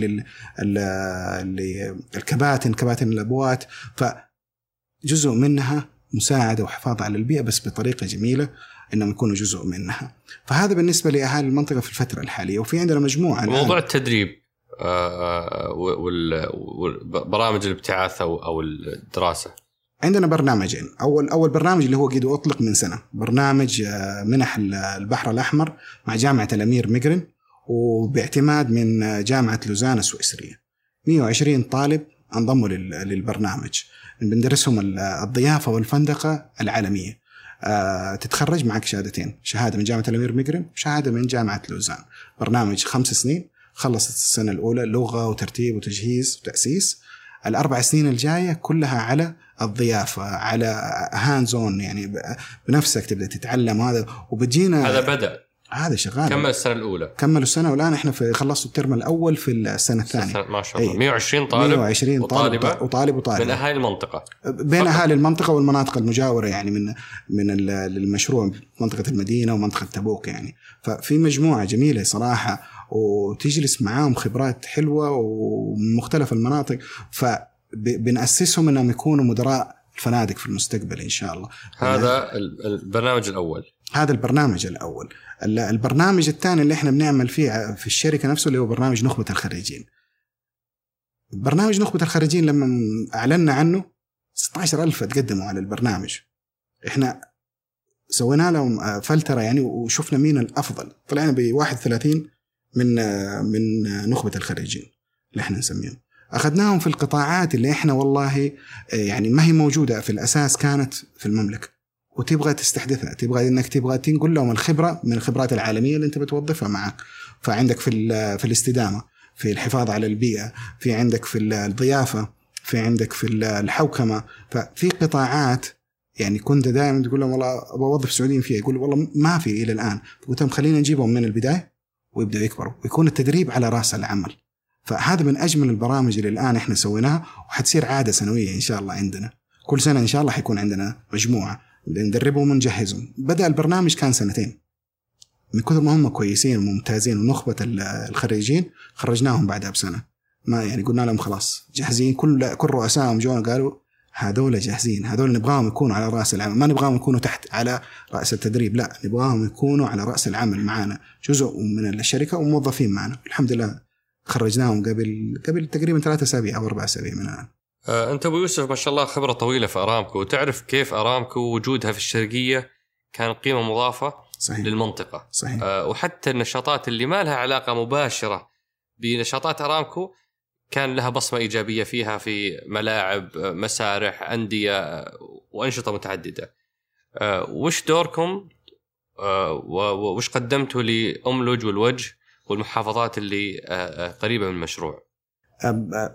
للكباتن كباتن الأبوات. فجزء منها مساعدة وحفاظ على البيئة بس بطريقة جميلة إنهم يكونوا جزء منها. فهذا بالنسبة لأهالي المنطقة في الفترة الحالية. وفي عندنا مجموعة موضوع التدريب والبرامج الابتعاث أو الدراسة. عندنا برنامجين. أول أول برنامج اللي هو قد أطلق من سنة، برنامج منح البحر الأحمر مع جامعة الأمير ميغرين وباعتماد من جامعة لوزان السويسرية. مئة وعشرين طالب انضموا للبرنامج، بندرسهم الضيافة والفندقة العالمية. آه، تتخرج معك شهادتين، شهادة من جامعة الأمير ميغرين وشهادة من جامعة لوزان. برنامج خمس سنين، خلصت السنة الأولى لغة وترتيب وتجهيز وتأسيس. الأربع سنين الجاية كلها على الضيافة، على هاندزون، يعني بنفسك تبدأ تتعلم هذا. وبتجينا هذا بدأ هذا شغال، كمل السنة الأولى، كملوا السنة، والآن إحنا في خلصوا الترم الأول في السنة الثانية. ما شاء الله. مئة وعشرين طالب، مئة وعشرين طالب وطالب وطالب من أهالي المنطقة، بين أهالي المنطقة والمناطق المجاورة، يعني من من المشروع منطقة المدينة ومنطقة تبوك يعني. ففي مجموعة جميلة صراحة، وتجلس معاهم خبرات حلوة ومختلف المناطق، فبنأسسهم أنهم يكونوا مدراء الفنادق في المستقبل إن شاء الله. هذا البرنامج الأول. هذا البرنامج الأول. البرنامج الثاني اللي احنا بنعمل فيه في الشركة نفسه اللي هو برنامج نخبة الخريجين. برنامج نخبة الخريجين لما أعلنا عنه ستة عشر ألف تقدموا على البرنامج. احنا سوينا لهم فلترة يعني وشفنا مين الأفضل، طلعنا بواحد وثلاثين من من نخبة الخريجين اللي احنا نسميهم. أخذناهم في القطاعات اللي احنا والله يعني ما هي موجودة في الأساس كانت في المملكة، وتبغى تستحدثها، تبغى انك تبغى تنقل لهم الخبره من الخبرات العالميه اللي انت بتوظفها معك. فعندك في في الاستدامه، في الحفاظ على البيئه، في عندك في الضيافه، في عندك في الحوكمه. ففي قطاعات يعني كنت دائما تقول لهم والله بوظف سعوديين فيها، يقول والله ما في الى الان. قلت لهم خلينا نجيبهم من البدايه ويبداوا يكبروا ويكون التدريب على راس العمل. فهذا من اجمل البرامج اللي الان احنا سويناها، وحتصير عاده سنويه ان شاء الله عندنا. كل سنه ان شاء الله حيكون عندنا مجموعه ندربهم ونجهزهم. بدأ البرنامج كان سنتين، من كثر ما هم كويسين وممتازين ونخبة الخريجين خرجناهم بعدها بسنة. ما يعني قلنا لهم خلاص جاهزين، كل كل رؤسائهم جونا قالوا هذول جاهزين، هذول نبغاهم يكونوا على رأس العمل، ما نبغاهم يكونوا تحت على رأس التدريب، لا نبغاهم يكونوا على رأس العمل معنا، جزء من الشركة وموظفين معنا. الحمد لله خرجناهم قبل قبل تقريبا ثلاثة أسابيع أو أربع أسابيع من الآن. أنت أبو يوسف ما شاء الله خبرة طويلة في أرامكو، وتعرف كيف أرامكو وجودها في الشرقية كان قيمة مضافة صحيح. للمنطقة صحيح. أه وحتى النشاطات اللي ما لها علاقة مباشرة بنشاطات أرامكو كان لها بصمة إيجابية فيها، في ملاعب، مسارح، أندية وأنشطة متعددة. أه وش دوركم أه وش قدمتوا لأملج والوجه والمحافظات اللي أه قريبة من المشروع؟ أب أب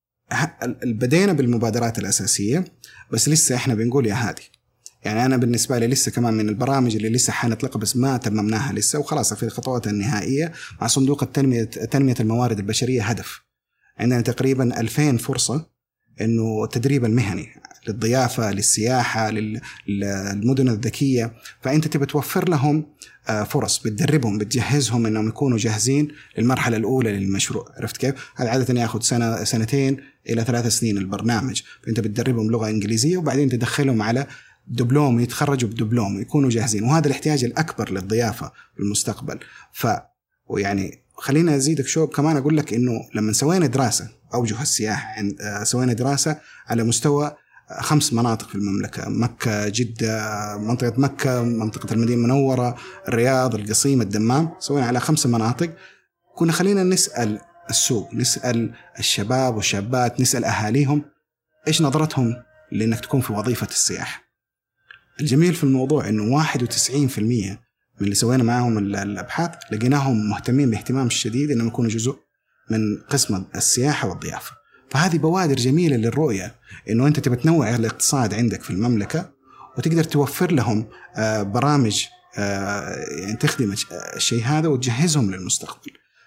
بدينا بالمبادرات الأساسية، بس لسه إحنا بنقول يا هادي. يعني أنا بالنسبة لي لسه كمان من البرامج اللي لسه حنطلق بس ما تممناها لسه، وخلاص في الخطوات النهائية مع صندوق التنمية تنمية الموارد البشرية. هدف عندنا تقريبا ألفين فرصة إنه التدريب المهني للضيافة، للسياحة، للمدن الذكية. فأنت تبي توفر لهم فرص، بتدربهم، بتجهزهم إنهم يكونوا جاهزين للمرحلة الأولى للمشروع. عرفت كيف؟ هذا عادة يأخذ سنة سنتين إلى ثلاث سنين البرنامج. فأنت بتدربهم لغة إنجليزية وبعدين تدخلهم على دبلوم، يتخرجوا بدبلوم يكونوا جاهزين. وهذا الاحتياج الأكبر للضيافة في المستقبل. ف ويعني خلينا أزيدك شوب كمان أقول لك إنه لما سوينا دراسة أوجه السياحة، سوينا دراسة على مستوى خمس مناطق في المملكة: مكة، جدة، منطقة مكة، منطقة المدينة المنورة، الرياض، القصيم، الدمام. سوينا على خمس مناطق. كنا خلينا نسأل السوق، نسأل الشباب والشابات، نسأل أهاليهم إيش نظرتهم لأنك تكون في وظيفة السياحة. الجميل في الموضوع إنه واحد وتسعين بالمئة من اللي سوينا معهم الأبحاث لقيناهم مهتمين باهتمام شديد إنهم يكونوا جزء من قسم السياحة والضيافة. فهذه بوادر جميلة للرؤية إنه أنت تبي تنوع الاقتصاد عندك في المملكة، وتقدر توفر لهم برامج يعني تخدم الشيء هذا وتجهزهم للمستقبل.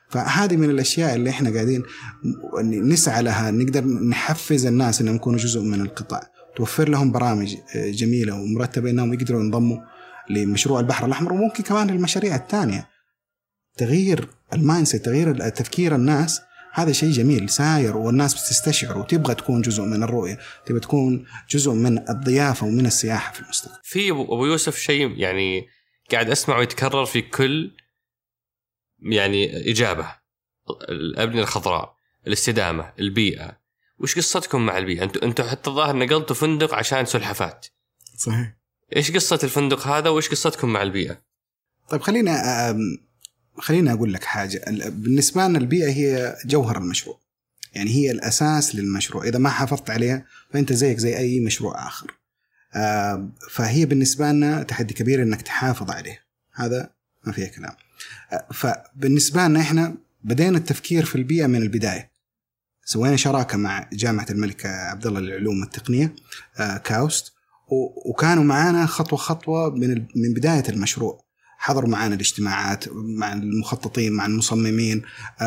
فهذه من الأشياء اللي إحنا قاعدين نسعى لها، نقدر نحفز الناس إنهم يكونوا جزء من القطاع، توفر لهم برامج جميلة ومرتبة إنهم يقدروا ينضموا لمشروع البحر الأحمر، وممكن كمان المشاريع الثانية. تغيير المايندسيت، تغيير التفكير الناس، هذا شيء جميل ساير، والناس بتستشعر وتبغى تكون جزء من الرؤية، تبغى تكون جزء من الضيافة ومن السياحة في المستقبل. في أبو يوسف شيء يعني قاعد أسمعه يتكرر في كل يعني إجابة: الأبنية الخضراء، الاستدامة، البيئة. وش قصتكم مع البيئة؟ أنتوا أنتوا حتى الظاهر نقلتوا فندق عشان سلحفات. صحيح. إيش قصة الفندق هذا وإيش قصتكم مع البيئة؟ طيب خلينا خلينا أقول لك حاجة. بالنسبة لنا البيئة هي جوهر المشروع، يعني هي الأساس للمشروع. إذا ما حافظت عليها فأنت زيك زي أي مشروع آخر. فهي بالنسبة لنا تحدي كبير إنك تحافظ عليه، هذا ما فيه كلام. فبالنسبة لنا إحنا بدينا التفكير في البيئة من البداية. سوينا شراكة مع جامعة الملك عبدالله للعلوم والتقنية كاوست، وكانوا معانا خطوة خطوة من من بداية المشروع. حضروا معانا الاجتماعات مع المخططين مع المصممين.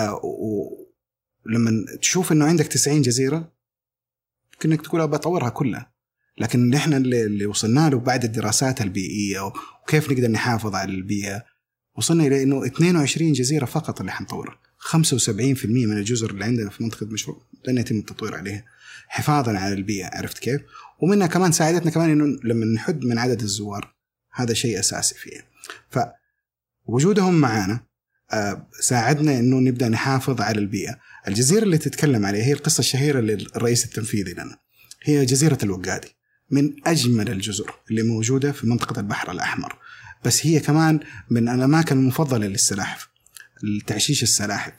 ولما تشوف إنه عندك تسعين جزيرة كأنك تقول بطورها كلها، لكن نحن اللي وصلنا له بعد الدراسات البيئية وكيف نقدر نحافظ على البيئة، وصلنا إلى إنه اثنين وعشرين جزيرة فقط اللي حنطورها. خمسة وسبعين بالمئة من الجزر اللي عندنا في منطقة المشروع لن يتم التطوير عليها حفاظا على البيئة. عرفت كيف؟ ومنها كمان ساعدتنا كمان إنه لما نحد من عدد الزوار، هذا شيء أساسي فيه. فوجودهم معنا ساعدنا إنه نبدأ نحافظ على البيئة. الجزيرة اللي تتكلم عليها هي القصة الشهيرة للرئيس التنفيذي لنا، هي جزيرة الوقادي، من أجمل الجزر اللي موجودة في منطقة البحر الأحمر. بس هي كمان من الأماكن المفضلة للسلاحف، التعشيش السلاحف.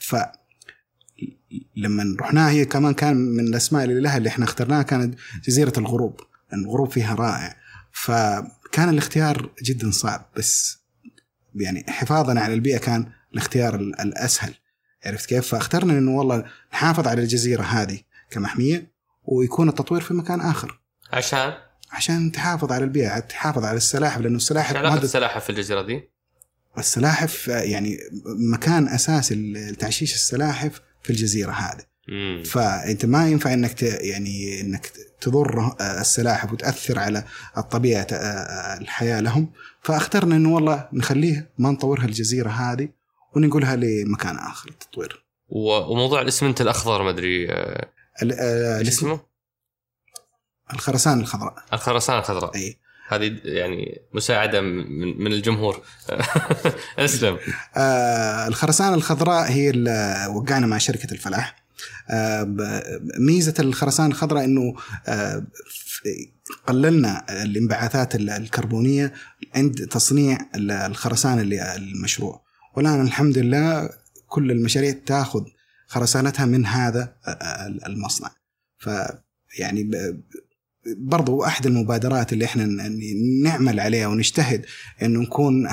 فلما رحناها هي كمان كان من الأسماء اللي لها اللي احنا اخترناها كانت جزيرة الغروب، لأن الغروب فيها رائع. فكان الاختيار جدا صعب، بس يعني حفاظا على البيئة كان الاختيار الأسهل. عرفت كيف؟ فاخترنا إنه والله نحافظ على الجزيرة هذه كمحمية، ويكون التطوير في مكان آخر عشان عشان تحافظ على البيئة، تحافظ على السلاحف، لأنه السلاحف علاقة السلاحف في الجزيرة دي. السلاحف يعني مكان أساس التعشيش السلاحف في الجزيرة هذه. مم. فأنت ما ينفع إنك ت... يعني إنك تضر السلاحف وتأثر على الطبيعة الحياة لهم. فاخترنا إنه والله نخليه ما نطورها الجزيرة هذه ونقولها لمكان آخر التطوير. وموضوع الإسمنت الأخضر ما أدري الاسم الخرسان الخضراء. الخرسان الخضراء. أي. هذه يعني مساعدة من من الجمهور. أسلم. آه الخرسان الخضراء هي اللي وقعنا مع شركة الفلاح. آه ميزة الخرسان الخضراء إنه آه قللنا الانبعاثات الكربونية عند تصنيع الخرسان اللي المشروع، والآن الحمد لله كل المشاريع تأخذ خرسانتها من هذا المصنع. فيعني برضو أحد المبادرات اللي إحنا نعمل عليها ونجتهد إنه نكون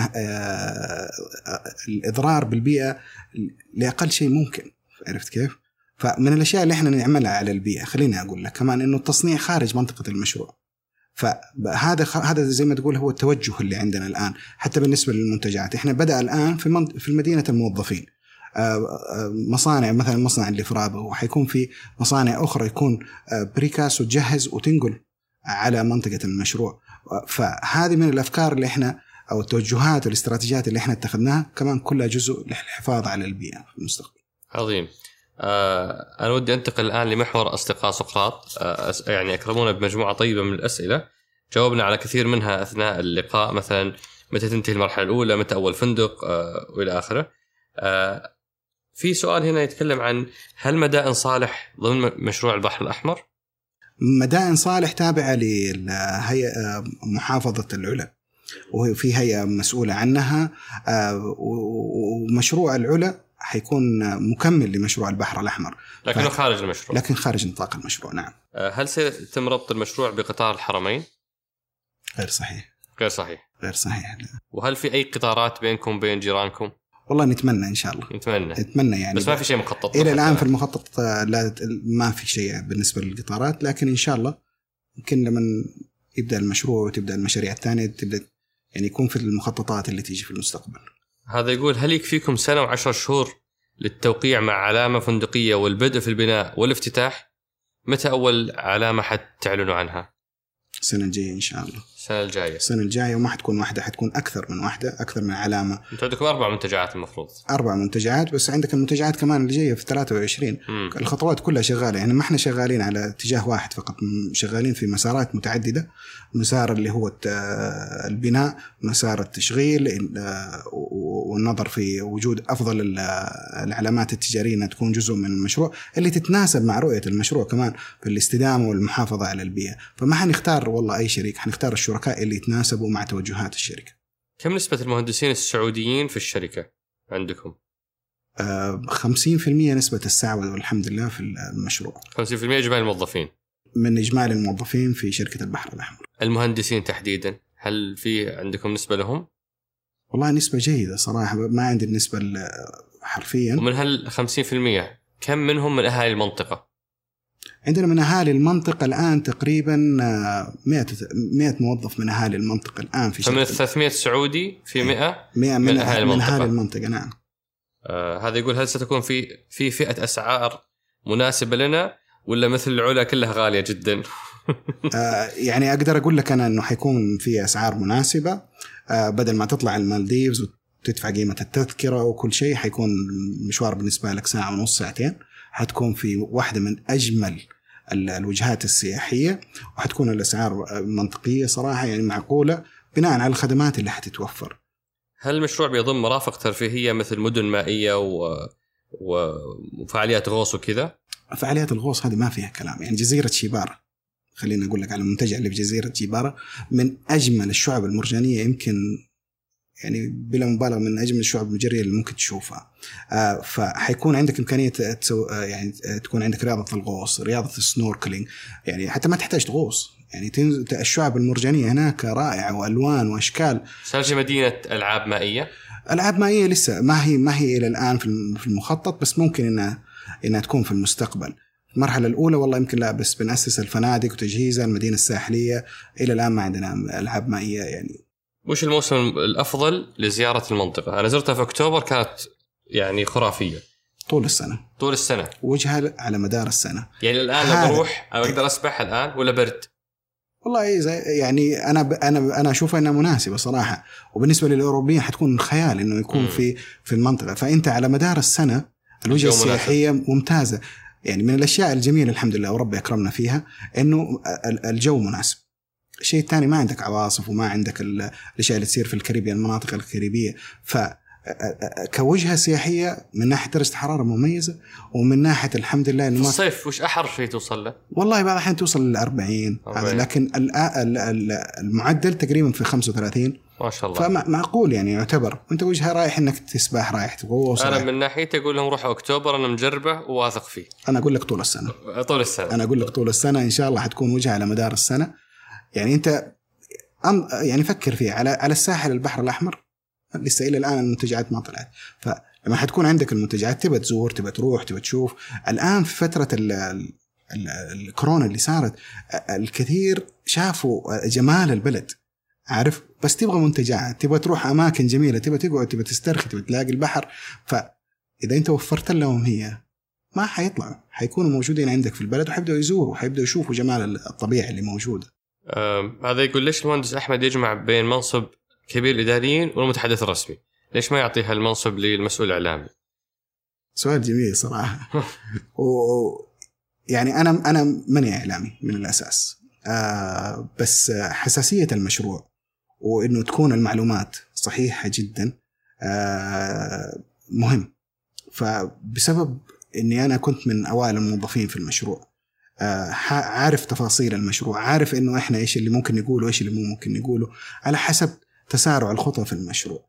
الإضرار بالبيئة لأقل شيء ممكن. عرفت كيف؟ فمن الأشياء اللي إحنا نعملها على البيئة خليني أقول لك كمان إنه التصنيع خارج منطقة المشروع. فهذا هذا زي ما تقول هو التوجه اللي عندنا الآن. حتى بالنسبة للمنتجات إحنا بدأ الآن في في المدينة الموظفين مصانع، مثلا مصنع اللي في رابغ، وحيكون في مصانع أخرى يكون بريكاس وتجهز وتنقل على منطقة المشروع. فهذه من الأفكار اللي إحنا أو التوجهات والاستراتيجيات اللي إحنا اتخذناها كمان كلها جزء للحفاظ على البيئة في المستقبل. عظيم. آه أنا ودي أنتقل الآن لمحور أصدقاء سقراط. آه يعني أكرمونا بمجموعة طيبة من الأسئلة، جاوبنا على كثير منها أثناء اللقاء، مثلا متى تنتهي المرحلة الأولى، متى أول فندق، آه وإلى آخره. آه في سؤال هنا يتكلم عن هل مدائن صالح ضمن مشروع البحر الأحمر؟ مدائن صالح تابعة لهيئة محافظة العلا، وفي هيئة مسؤولة عنها، ومشروع العلا حيكون مكمل لمشروع البحر الأحمر، لكنه خارج المشروع. لكن خارج نطاق المشروع. نعم. هل سيتم ربط المشروع بقطار الحرمين؟ غير صحيح. غير صحيح. غير صحيح. لا. وهل في أي قطارات بينكم وبين جيرانكم؟ والله نتمنى إن شاء الله. نتمنى. نتمنى يعني. بس ما في شيء مخطط. إلى الآن في المخطط لا ما في شيء بالنسبة للقطارات، لكن إن شاء الله يمكن لما يبدأ المشروع وتبدأ المشاريع الثانية تبدأ يعني يكون في المخططات اللي تيجي في المستقبل. هذا يقول هل يكفيكم سنة وعشر شهور للتوقيع مع علامة فندقية والبدء في البناء والافتتاح، متى أول علامة حتعلنوا عنها؟ السنة الجاية إن شاء الله. السنة الجاية. السنة الجاية وما حتكون واحدة، حتكون أكثر من واحدة، أكثر من علامة. أنتوا عندكم أربع منتجعات المفروض. أربع منتجعات، بس عندك المنتجعات كمان اللي جاية في ثلاثة وعشرين. م. الخطوات كلها شغالة، يعني ما احنا شغالين على اتجاه واحد فقط، شغالين في مسارات متعددة. مسار اللي هو البناء، مسار التشغيل، والنظر في وجود أفضل العلامات التجارية أنها تكون جزء من المشروع اللي تتناسب مع رؤية المشروع كمان في الاستدامة والمحافظة على البيئة. فما حنختار والله أي شريك، حنختار الشركاء اللي يتناسبوا مع توجهات الشركة. كم نسبة المهندسين السعوديين في الشركة عندكم؟ خمسين في المية نسبة السعودة والحمد لله في المشروع. خمسين في المية إجمالي الموظفين من إجمالي الموظفين في شركة البحر الأحمر. المهندسين تحديدا هل في عندكم نسبة لهم؟ والله نسبة جيدة صراحة، ما عندي النسبة حرفيا. ومن هال خمسين في المية كم منهم من أهالي المنطقة؟ عندنا من أهالي المنطقة الآن تقريبا مئة مئة موظف من أهالي المنطقة الآن في شركة. فمن ثلاثمئة سعودي في مئة من, من أهالي المنطقة. من أهالي المنطقة نعم. آه هذا يقول هل ستكون في في فئة أسعار مناسبة لنا ولا مثل العلا كلها غالية جدا؟ آه يعني أقدر أقول لك أنا إنه حيكون في أسعار مناسبة. آه بدل ما تطلع المالديفز وتدفع قيمة التذكرة وكل شيء، حيكون المشوار بالنسبة لك ساعة ونص ساعتين. حتكون في واحدة من أجمل الوجهات السياحية، وحتكون الأسعار منطقية صراحة، يعني معقولة بناء على الخدمات اللي حتتوفر. هل المشروع بيضم مرافق ترفيهية مثل مدن مائية و... وفعاليات غوص وكذا؟ فعاليات الغوص هذه ما فيها كلام. يعني جزيرة شيبارة، خلينا أقول لك على المنتجع اللي في جزيرة شيبارة، من أجمل الشعب المرجانية، يمكن يعني بلا مبالغة من أجمل الشعب المرجانية اللي ممكن تشوفها. آه فحيكون عندك إمكانية تسو... آه يعني تكون عندك رياضة الغوص، رياضة السنوركلينج، يعني حتى ما تحتاج تغوص. يعني تنزل الشعب المرجانية هناك رائعة وألوان وأشكال. سالجة مدينة ألعاب مائية؟ ألعاب مائية لسه ما هي ما هي إلى الآن في المخطط، بس ممكن إنها إنها تكون في المستقبل. المرحلة الأولى والله يمكن لا، بس بنأسس الفنادق وتجهيزها، المدينة الساحلية. إلى الآن ما عندنا ألعاب مائية. يعني وش الموسم الأفضل لزيارة المنطقة؟ أنا زرتها في أكتوبر، كانت يعني خرافية. طول السنة. طول السنة. وجهها على مدار السنة. يعني الآن لو بروح أقدر أسبح الآن ولا برد؟ والله زي يعني أنا ب... أنا أنا أشوفها إنها مناسبة صراحة. وبالنسبة للأوروبيين حتكون خيال إنه يكون م. في في المنطقة. فأنت على مدار السنة الوجهة السياحية مناسب. ممتازة. يعني من الأشياء الجميلة الحمد لله وربي أكرمنا فيها إنه الجو مناسب. الشيء الثاني ما عندك عواصف وما عندك الأشياء اللي تصير في الكاريبيا، المناطق الكاريبية. ف كوجهة سياحية من ناحية درجة حرارة مميزة، ومن ناحية الحمد لله في الصيف وش أحر شيء توصل له؟ والله بعض الحين توصل للأربعين، لكن المعدل تقريبا في خمسة وثلاثين ما شاء الله. فمعقول يعني يعتبر. وانت وجهها رايح انك تسبح، رايح تغوص. انا من ناحيتي اقول لهم روحوا اكتوبر، انا مجربه وواثق فيه. انا اقول لك طول السنة. طول السنة. انا اقول لك طول السنة ان شاء الله حتكون وجهها على مدار السنة. يعني انت يعني فكر فيه على على الساحل البحر الأحمر لسه إلى الآن المنتجعات ما طلعت. فلما حتكون عندك المنتجعات تبى تزور، تبى تروح، تبى تشوف. الآن في فترة ال ال الكورونا اللي صارت، الكثير شافوا جمال البلد، عارف، بس تبغى منتجعات، تبغى تروح أماكن جميلة، تبغى تقعد، تبغى تسترخي، تبغى تلاقي البحر. فإذا أنت وفرت لهم هي، ما حيطلعوا، حيكونوا موجودين عندك في البلد وحيبدأوا يزوروا، حيبدأوا يشوفوا جمال الطبيعة اللي موجودة. هذا يقول ليش المهندس أحمد يجمع بين منصب كبير الإداريين والمتحدث الرسمي؟ ليش ما يعطيها المنصب للمسؤول الإعلامي؟ سؤال جميل صراحة. و يعني أنا أنا ماني إعلامي من الأساس، آه بس حساسية المشروع وإنه تكون المعلومات صحيحة جدا آه مهم. فبسبب إني أنا كنت من أوائل الموظفين في المشروع، آه عارف تفاصيل المشروع، عارف إنه إحنا إيش اللي ممكن نقوله وإيش اللي مو ممكن نقوله على حسب تسارع الخطوة في المشروع.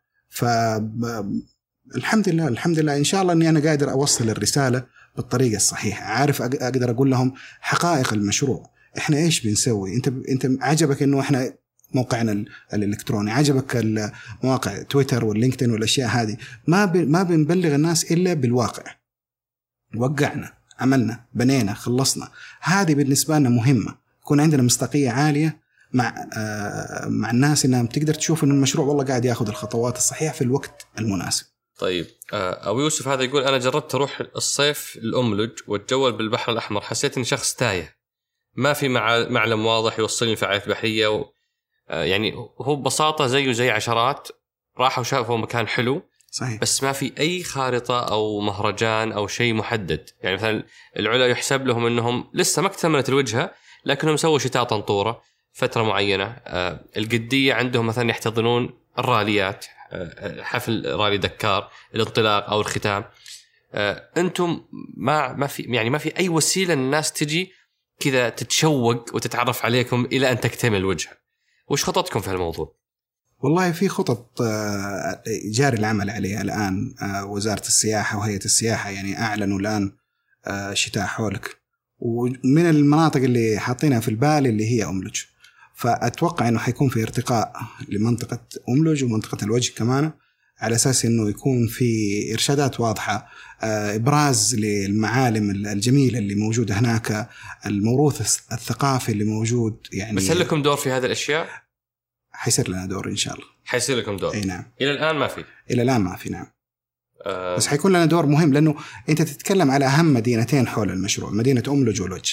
فالحمد لله الحمد لله إن شاء الله إني أنا قادر أوصل الرسالة بالطريقة الصحيحة، عارف أقدر أقول لهم حقائق المشروع، إحنا إيش بنسوي. أنت أنت عجبك إنه إحنا موقعنا الإلكتروني، عجبك المواقع تويتر واللينكدين والأشياء هذه، ما ما بنبلغ الناس إلا بالواقع. وقعنا، عملنا، بنينا، خلصنا. هذه بالنسبة لنا مهمة، يكون عندنا مصداقية عالية مع آه مع الناس، إنها تقدر تشوف إن المشروع والله قاعد يأخذ الخطوات الصحيحة في الوقت المناسب. طيب أبو يوسف هذا يقول أنا جربت أروح الصيف الأملج واتجول بالبحر الأحمر، حسيت إني شخص تايه، ما في مع معلم واضح يوصلني الفعاليات البحرية و... يعني هو ببساطة زيه زي عشرات راحوا شافوا مكان حلو صحيح. بس ما في أي خارطة أو مهرجان أو شيء محدد. يعني مثلا العلا يحسب لهم أنهم لسه ما اكتملت الوجهة لكنهم سووا شتاء طنطورة فترة معينة. آه القدية عندهم مثلا يحتضنون الراليات، آه حفل رالي دكار الانطلاق أو الختام. آه أنتم ما ما في يعني ما في أي وسيلة الناس تجي كذا تتشوق وتتعرف عليكم إلى أن تكتمل الوجهة. وش خططكم في هالموضوع؟ والله في خطط جاري العمل عليها الآن. وزارة السياحة وهيئة السياحة يعني أعلنوا الآن شتاء حولك، ومن المناطق اللي حاطينها في البال اللي هي أملج. فأتوقع أنه حيكون في ارتقاء لمنطقة أملج ومنطقة الوجه كمان، على أساس أنه يكون في إرشادات واضحة، إبراز للمعالم الجميلة اللي موجودة هناك، الموروث الثقافي اللي موجود. يعني بس هل لكم دور في هذه الأشياء؟ حيصير لنا دور إن شاء الله. حيصير لكم دور؟ أي نعم. إلى الآن ما في؟ إلى الآن ما في، نعم. أه... بس حيكون لنا دور مهم، لأنه أنت تتكلم على أهم مدينتين حول المشروع، مدينة أملج والوجه.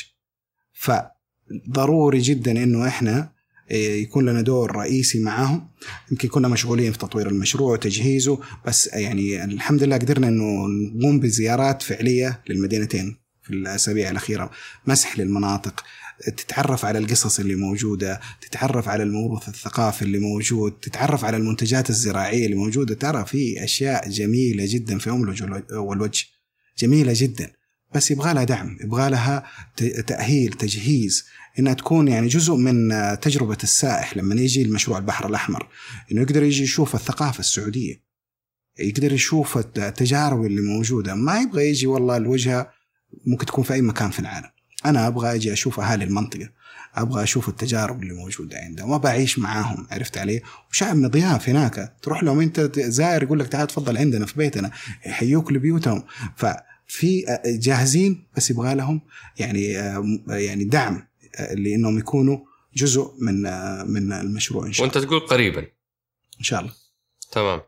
فضروري جدا إنه إحنا يكون لنا دور رئيسي معهم. يمكن كنا مشغولين في تطوير المشروع وتجهيزه، بس يعني الحمد لله قدرنا إنه نقوم بزيارات فعلية للمدينتين في الأسابيع الأخيرة، مسح للمناطق، تتعرف على القصص اللي موجودة، تتعرف على الموروث الثقافي اللي موجود، تتعرف على المنتجات الزراعية اللي موجودة. ترى في أشياء جميلة جدا في أملج والوجه، جميلة جدا، بس يبغى لها دعم، يبغى لها تأهيل، تجهيز، إنها تكون يعني جزء من تجربة السائح لما يجي المشروع البحر الأحمر، إنه يقدر يجي يشوف الثقافة السعودية، يقدر يشوف التجارب اللي موجودة. ما يبغى يجي والله الوجهة ممكن تكون في أي مكان في العالم، أنا أبغى أجي أشوف أهالي المنطقة، أبغى أشوف التجارب اللي موجودة عندهم، ما بعيش معاهم، عرفت عليه؟ وشعب ضياف هناك، تروح لهم أنت زائر يقول لك تعال تفضل عندنا في بيتنا، يحيوك لبيوتهم. ففي جاهزين، بس يبغى لهم يعني يعني دعم لأنهم يكونوا جزء من من المشروع إن شاء الله. وأنت تقول قريبا إن شاء الله. تمام.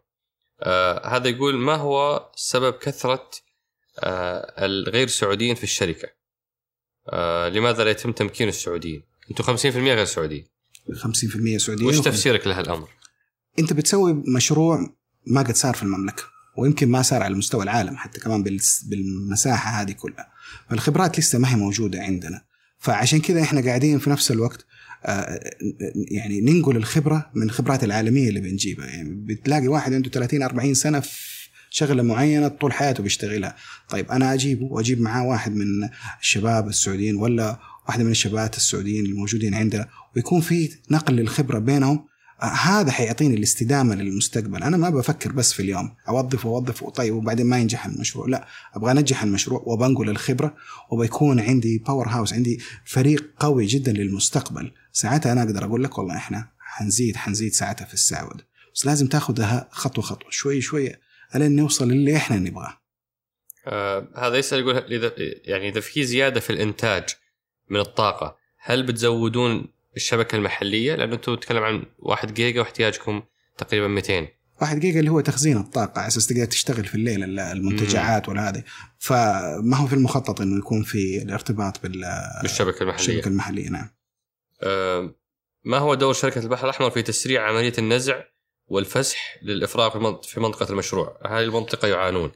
آه هذا يقول ما هو سبب كثرة آه الغير سعوديين في الشركة؟ آه لماذا لا يتم تمكين السعوديين؟ أنتوا خمسين في المية غير سعوديين. خمسين في المية سعوديين. وش تفسيرك لهالأمر؟ أنت بتسوي مشروع ما قد صار في المملكة، ويمكن ما صار على مستوى العالم حتى كمان بالمساحة هذه كلها، فالخبرات لسه ما هي موجودة عندنا. فعشان كذا إحنا قاعدين في نفس الوقت آه يعني ننقل الخبرة من الخبرات العالمية اللي بنجيبها. يعني بتلاقي واحد عنده ثلاثين أربعين سنة في شغلة معينة طول حياته بيشتغلها، طيب أنا أجيبه وأجيب معاه واحد من الشباب السعوديين ولا واحدة من الشباب السعوديين الموجودين عندنا، ويكون في نقل للخبرة بينهم. هذا حيعطيني الاستدامة للمستقبل. أنا ما بفكر بس في اليوم أوظف وأوظف وطيب وبعدين ما ينجح المشروع، لا، أبغى أنجح المشروع وبنقل الخبرة، وبيكون عندي باور هاوس، عندي فريق قوي جدا للمستقبل. ساعتها أنا أقدر أقول لك والله إحنا حنزيد حنزيد ساعتها في السعودة، بس لازم تأخذها خطوة خطوة شوي شوي ألين نوصل للي إحنا نبغاه. آه هذا يسأل يقول يعني إذا في زيادة في الإنتاج من الطاقة هل بتزودون الشبكة المحلية؟ لأنه أنتوا تتكلم عن واحد جيجا واحتياجكم تقريبا مئتين. واحد جيجا اللي هو تخزين الطاقة على أساس تقدر تشتغل في الليل المنتجعات ولا هذه، فما هو في المخطط إنه يكون في الارتباط بالشبكة المحلية. الشبكة المحلية نعم. آه ما هو دور شركة البحر الأحمر في تسريع عملية النزع والفسح للإفراغ في منطقة المشروع؟ هذه المنطقة يعانون،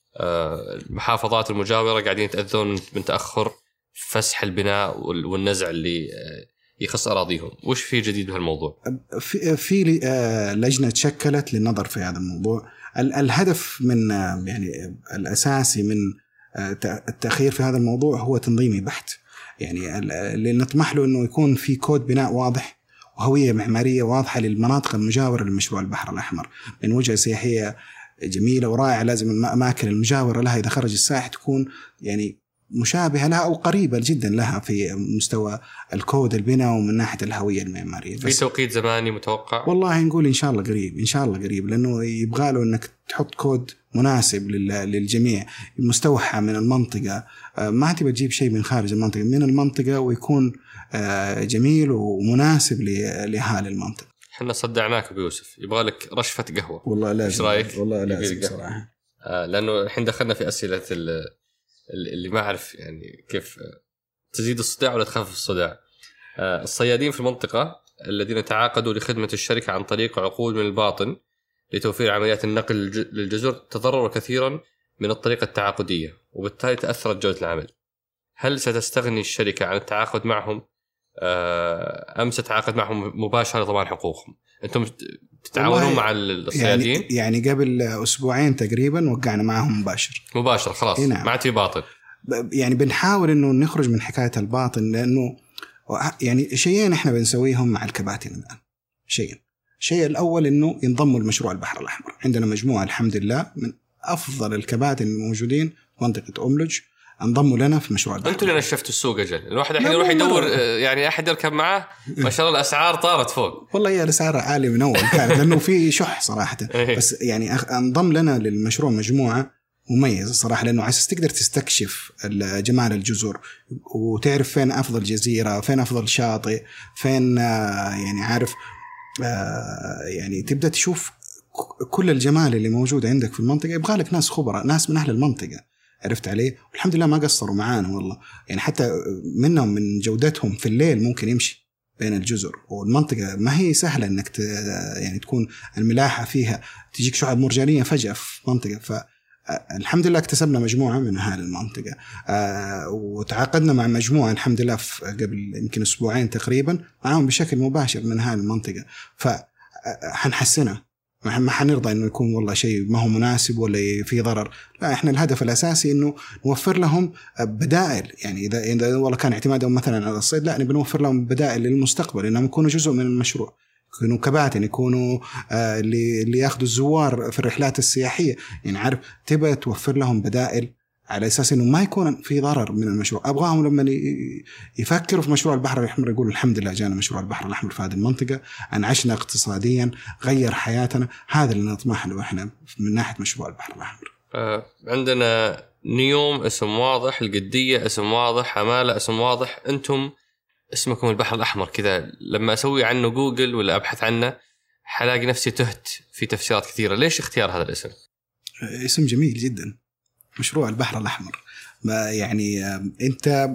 آه المحافظات المجاورة قاعدين يتأذون من تأخر فسح البناء والنزع اللي يخص أراضيهم. وش في جديد بهالموضوع؟ في, في لجنة تشكلت للنظر في هذا الموضوع. الهدف من يعني الأساسي من التأخير في هذا الموضوع هو تنظيمي بحت، يعني اللي نطمح له إنه يكون في كود بناء واضح وهوية معمارية واضحة للمناطق المجاورة لمشروع البحر الأحمر، من وجهة سياحية جميلة ورائعة. لازم الأماكن المجاورة لها إذا خرج السائح تكون يعني مشابهة لها أو قريبة جدا لها في مستوى الكود البناء ومن ناحية الهوية المعمارية. في توقيت زماني متوقع؟ والله نقول إن شاء الله قريب، إن شاء الله قريب، لأنه يبغى له أنك تحط كود مناسب للجميع، مستوحى من المنطقة، ما تبى تجيب شيء من خارج المنطقة، من المنطقة، ويكون جميل ومناسب لأهالي المنطقة. احنا صدعناك أبو يوسف، يبغى لك رشفة قهوة. والله لازم. إيش رأيك؟ والله لازم صراحة. آه لأنه الحين دخلنا في أسئلة اللي ما أعرف يعني كيف تزيد الصداع ولا تخفف الصداع. آه الصيادين في المنطقة الذين تعاقدوا لخدمة الشركة عن طريق عقود من الباطن لتوفير عمليات النقل للجزر تضرروا كثيرا من الطريقة التعاقدية، وبالتالي تأثرت جودة العمل. هل ستستغني الشركة عن التعاقد معهم أم ستتعاقد معهم مباشرة لضمان حقوقهم؟ أنتم تتعاونون مع الصيادين؟ يعني, يعني قبل أسبوعين تقريبا وقعنا معهم مباشر مباشر خلاص. نعم. ما عاد في باطن. يعني بنحاول إنه نخرج من حكاية الباطن، لأنه يعني شيئين إحنا بنسويهم مع الكباتن الآن. شيئين. الشيء الأول إنه ينضموا لمشروع البحر الأحمر. عندنا مجموعة الحمد لله من أفضل الكباتن الموجودين في منطقة أملج انضموا لنا في مشروع البحر. انتوا اللي نشفتوا السوق اجل. الواحد الحين يروح يدور يعني احد يركب معه ما شاء الله الاسعار طارت فوق. والله هي الاسعار عاليه من اول كان لانه في شح صراحه. بس يعني انضم لنا للمشروع مجموعه مميزه صراحه، لانه عايز تقدر تستكشف جمال الجزر وتعرف فين افضل جزيره، فين افضل شاطئ، فين يعني عارف يعني تبدا تشوف كل الجمال اللي موجود عندك في المنطقه. يبغى لك ناس خبراء، ناس من اهل المنطقه. عرفت عليه؟ والحمد لله ما قصروا معانا والله. يعني حتى منهم من جودتهم في الليل ممكن يمشي بين الجزر، والمنطقة ما هي سهلة انك ت... يعني تكون الملاحة فيها تجيك شعاب مرجانية فجأة في منطقة. فالحمد لله اكتسبنا مجموعة من أهل المنطقة، آه وتعاقدنا مع مجموعة الحمد لله في قبل يمكن أسبوعين تقريبا معهم بشكل مباشر من أهل المنطقة. فحنحسنها، ما حنرضى إنه يكون والله شيء ما هو مناسب ولا فيه ضرر. لا، إحنا الهدف الأساسي إنه نوفر لهم بدائل. يعني إذا إذا والله كان اعتمادهم مثلا على الصيد، لا نبي نوفر لهم بدائل للمستقبل، إنهم يكونوا جزء من المشروع، يكونوا كباتن، يكونوا آه اللي اللي يأخذوا الزوار في الرحلات السياحية. يعني عارف تبى توفر لهم بدائل على أساس إنه ما يكون في ضرر من المشروع. أبغاهم لما يفكروا في مشروع البحر الأحمر يقولوا الحمد لله جانا مشروع البحر الأحمر في هذه المنطقة، أنعشنا اقتصاديا، غير حياتنا. هذا اللي نطمح له إحنا من ناحية مشروع البحر الأحمر. آه عندنا نيوم اسم واضح، القدية اسم واضح، حمالة اسم واضح. أنتم اسمكم البحر الأحمر كذا، لما أسوي عنه جوجل ولا أبحث عنه حلاقي نفسي تهت في تفسيرات كثيرة. ليش اختيار هذا الاسم؟ اسم جميل جدا، مشروع البحر الأحمر. ما يعني أنت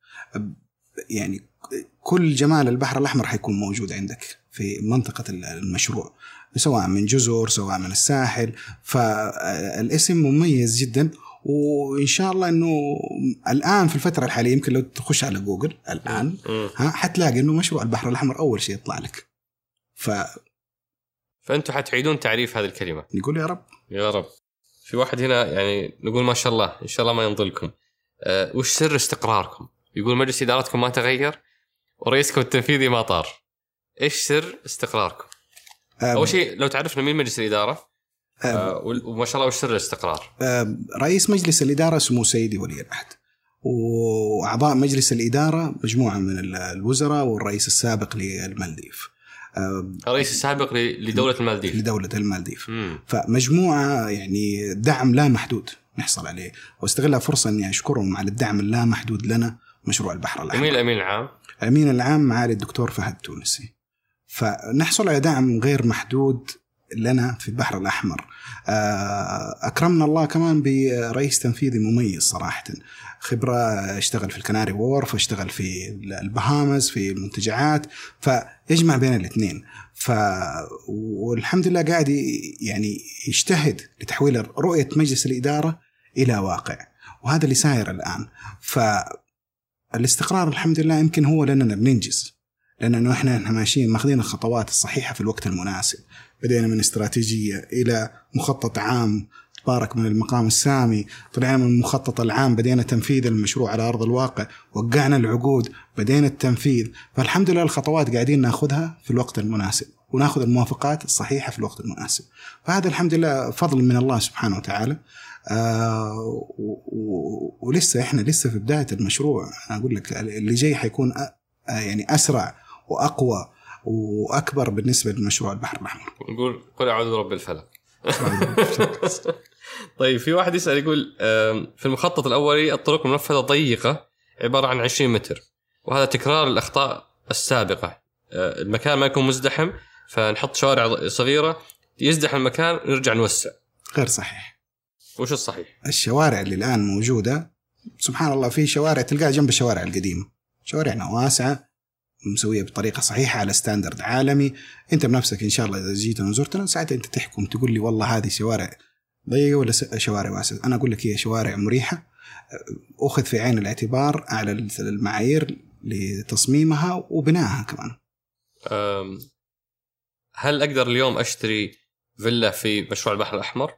يعني كل جمال البحر الأحمر حيكون موجود عندك في منطقة المشروع، سواء من جزر سواء من الساحل. فالاسم مميز جدا، وإن شاء الله إنه الآن في الفترة الحالية يمكن لو تخش على جوجل الآن ها حتلاقي إنه مشروع البحر الأحمر أول شيء يطلع لك. ف فأنتوا حتعيدون تعريف هذه الكلمة. نقول يا رب يا رب. في واحد هنا يعني نقول ما شاء الله إن شاء الله ما ينضلكم. أه وش سر استقراركم؟ يقول مجلس إدارتكم ما تغير ورئيسكم التنفيذي ما طار. إيش سر استقراركم؟ أول شيء لو تعرفنا مين مجلس الإدارة أه وما شاء الله وش سر الاستقرار؟ رئيس مجلس الإدارة سمو سيدي ولي العهد، وأعضاء مجلس الإدارة مجموعة من الوزراء والرئيس السابق للمالديف. الرئيس السابق لدولة المالديف لدولة المالديف مم. فمجموعة يعني دعم لا محدود نحصل عليه، واستغلها فرصة أني أشكرهم على الدعم اللا محدود لنا مشروع البحر الأحمر. مين الأمين العام؟ الأمين العام معالي الدكتور فهد التونسي. فنحصل على دعم غير محدود لنا في البحر الأحمر. أكرمنا الله كمان برئيس تنفيذي مميز صراحة، خبرة، اشتغل في الكناري وورف، اشتغل في البهامز في المنتجعات، فيجمع بين الاثنين. ف والحمد لله قاعد يعني يجتهد لتحويل رؤية مجلس الإدارة إلى واقع، وهذا اللي ساير الآن. فالاستقرار الحمد لله يمكن هو لأننا بننجز، لأنه إحنا ماشيين ماخذين الخطوات الصحيحة في الوقت المناسب. بدأنا من استراتيجية إلى مخطط عام تبارك من المقام السامي، طلعنا من المخطط العام، بدينا تنفيذ المشروع على أرض الواقع، وقعنا العقود، بدينا التنفيذ. فالحمد لله الخطوات قاعدين ناخذها في الوقت المناسب، وناخذ الموافقات الصحيحة في الوقت المناسب. فهذا الحمد لله فضل من الله سبحانه وتعالى. آه ولسه إحنا لسه في بداية المشروع. أنا أقول لك اللي جاي حيكون يعني أسرع وأقوى وأكبر بالنسبة لمشروع البحر الأحمر. نقول قل أعوذ برب الفلق. طيب في واحد يسأل يقول في المخطط الأولي الطرق المنفذة ضيقة عبارة عن عشرين متر، وهذا تكرار الأخطاء السابقة. المكان ما يكون مزدحم فنحط شوارع صغيرة يزدحم المكان ونرجع نوسع. غير صحيح. وش الصحيح؟ الشوارع اللي الآن موجودة سبحان الله في شوارع تلقاها جنب الشوارع القديمة، شوارعنا واسعة مسوية بطريقة صحيحة على ستاندرد عالمي. أنت بنفسك إن شاء الله إذا جيت وزرتنا ساعتها أنت تحكم تقول لي والله هذه شوارع ضيقة ولا شوارع واسعة. أنا أقول لك هي شوارع مريحة، أخذ في عين الاعتبار على المعايير لتصميمها وبنائها كمان. هل أقدر اليوم أشتري فيلا في مشروع البحر الأحمر؟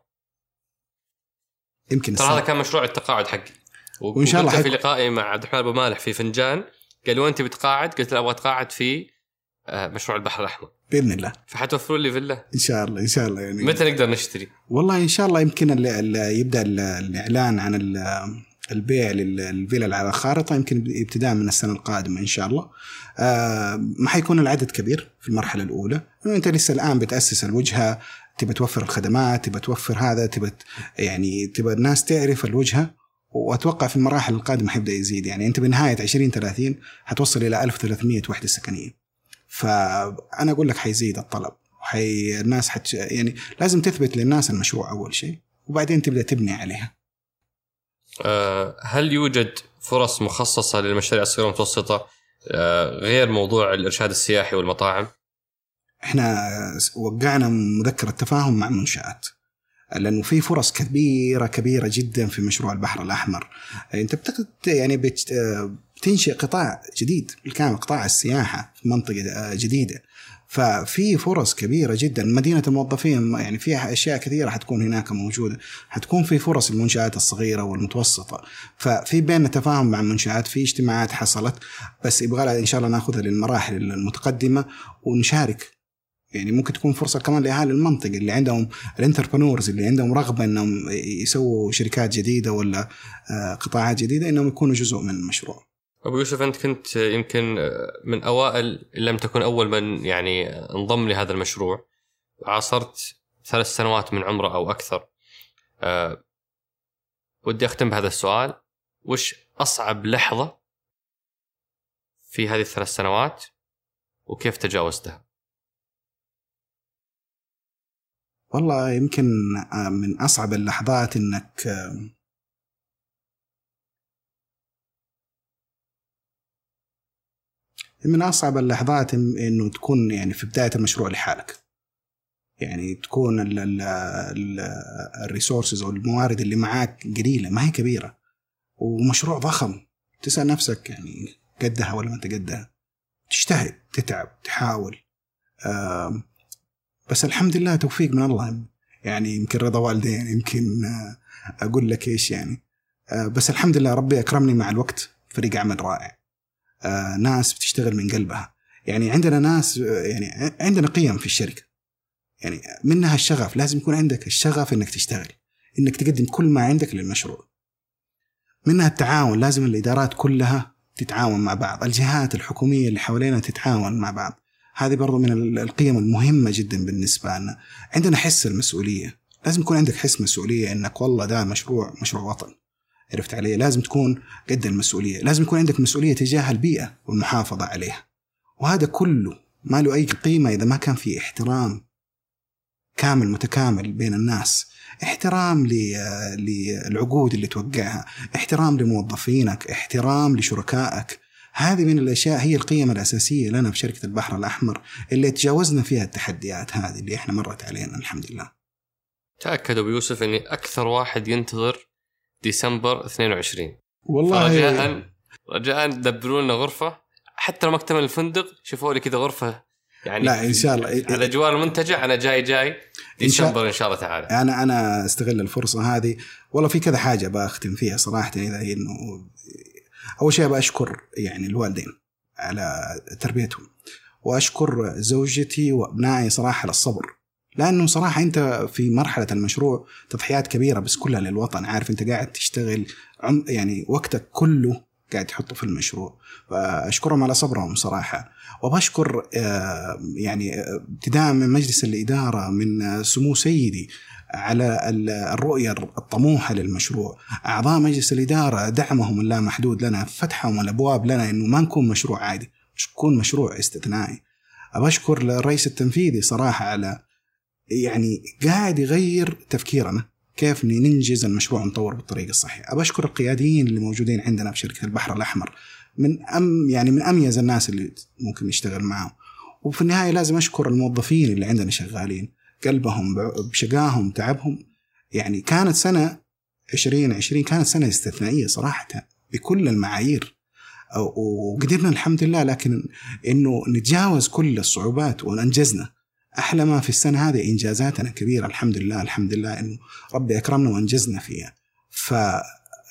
يمكن ترى هذا كان مشروع التقاعد حقي، وإن شاء الله في لقائي مع عبد الرحمن أبو مالح في فنجان قال له أنت بتقاعد، قلت له أبغى أتقاعد في مشروع البحر الأحمر بإذن الله. فحتوفروا لي فيلا إن شاء الله إن شاء الله. يعني متى نقدر نشتري؟ والله إن شاء الله يمكن اللي يبدأ الإعلان عن البيع للفيلا على الخارطة يمكن ابتداء من السنة القادمة إن شاء الله. آه ما حيكون العدد كبير في المرحلة الأولى، إنه أنت لسه الآن بتأسس الوجهة، تبى توفر الخدمات، تبى توفر هذا، تبى يعني تبى الناس تعرف الوجهة. وأتوقع في المراحل القادمة حيبدأ يزيد، يعني أنت بنهاية عشرين ثلاثين حتوصل إلى ألف وثلاثمية وحدة سكنية. فأنا أقول لك حيزيد الطلب، وحي الناس حت يعني لازم تثبت للناس المشروع أول شيء وبعدين تبدأ تبني عليها. هل يوجد فرص مخصصة للمشاريع الصغيرة والمتوسطة غير موضوع الإرشاد السياحي والمطاعم؟ إحنا وقعنا مذكرة تفاهم مع منشآت، لأنه في فرص كبيرة كبيرة جدا في مشروع البحر الأحمر. أنت بتقد يعني بتنشئ قطاع جديد بالكامل، قطاع السياحة في منطقة جديدة، ففي فرص كبيرة جدا. مدينة الموظفين يعني فيها أشياء كثيرة حتكون هناك موجودة، حتكون في فرص المنشآت الصغيرة والمتوسطة. ففي بيننا تفاهم مع المنشآت، في اجتماعات حصلت، بس يبغى لها إن شاء الله نأخذها للمراحل المتقدمة ونشارك. يعني ممكن تكون فرصة كمان لأهالي المنطقة اللي عندهم الانتربرنورز اللي عندهم رغبة إنهم يسووا شركات جديدة ولا قطاعات جديدة إنهم يكونوا جزء من المشروع. أبو يوسف، أنت كنت يمكن من أوائل لم تكن أول من يعني انضم لهذا المشروع، عاصرت ثلاث سنوات من عمره أو أكثر. أه ودي أختم بهذا السؤال: وش أصعب لحظة في هذه الثلاث سنوات وكيف تجاوزتها؟ والله يمكن من أصعب اللحظات إنك من أصعب اللحظات إنه تكون يعني في بداية المشروع لحالك، يعني تكون الريسورسز أو الموارد اللي معاك قليلة ما هي كبيرة، ومشروع ضخم تسأل نفسك يعني قدها ولا ما تقدها، تجتهد تتعب تحاول. آه بس الحمد لله توفيق من الله، يعني يمكن رضا والدين، يمكن أقول لك إيش يعني. بس الحمد لله ربي أكرمني مع الوقت، فريق عمل رائع، ناس بتشتغل من قلبها. يعني عندنا ناس، يعني عندنا قيم في الشركة، يعني منها الشغف، لازم يكون عندك الشغف إنك تشتغل، إنك تقدم كل ما عندك للمشروع. منها التعاون، لازم الإدارات كلها تتعاون مع بعض، الجهات الحكومية اللي حوالينا تتعاون مع بعض. هذه برضو من القيم المهمة جدا بالنسبة لنا. عندنا حس المسؤولية، لازم يكون عندك حس مسؤولية إنك والله ده مشروع مشروع وطن، عرفت عليه؟ لازم تكون قد المسؤولية، لازم يكون عندك مسؤولية تجاه البيئة والمحافظة عليها. وهذا كله ما له أي قيمة إذا ما كان في احترام كامل متكامل بين الناس، احترام للعقود اللي توقعها، احترام لموظفينك، احترام لشركائك. هذه من الأشياء هي القيم الأساسية لنا في شركة البحر الأحمر اللي تجاوزنا فيها التحديات هذه اللي إحنا مرت علينا الحمد لله. تأكد أبو يوسف أني أكثر واحد ينتظر ديسمبر اثنين وعشرين. والله رجاء رجاء دبروا لنا غرفة، حتى لو مكتمل الفندق شوفوا لي كذا غرفة يعني. لا إن شاء الله على جوار المنتجع. أنا جاي جاي ديسمبر إن شاء الله تعالى. أنا أنا استغل الفرصة هذه. والله في كذا حاجة بختم فيها صراحة، إذا هي إنه أول شيء بأشكر يعني الوالدين على تربيتهم، وأشكر زوجتي وأبنائي صراحة على الصبر، لأنه صراحة أنت في مرحلة المشروع تضحيات كبيرة بس كلها للوطن، عارف أنت قاعد تشتغل يعني وقتك كله قاعد تحطه في المشروع، فأشكرهم على صبرهم صراحة. وبشكر يعني ابتداء من مجلس الإدارة من سمو سيدي على الرؤية الطموحة للمشروع، أعضاء مجلس الإدارة دعمهم اللامحدود لنا، فتحهم الأبواب لنا إنه ما نكون مشروع عادي، نكون مشروع استثنائي. أبشكر الرئيس التنفيذي صراحة على يعني قاعد يغير تفكيرنا، كيف ننجز المشروع ونطور بالطريقة الصحيحة. أبى أشكر القياديين اللي موجودين عندنا في شركة البحر الأحمر، من أم يعني من أميز الناس اللي ممكن نشتغل معهم. وفي النهاية لازم أشكر الموظفين اللي عندنا شغالين، قلبهم بشقاهم تعبهم. يعني كانت سنة عشرين عشرين كانت سنة استثنائية صراحة بكل المعايير، وقدرنا الحمد لله، لكن إنه نتجاوز كل الصعوبات وأنجزنا. أحلى ما في السنة هذه إنجازاتنا كبيرة الحمد لله، الحمد لله إنه ربي أكرمنا وأنجزنا فيها. فالحمد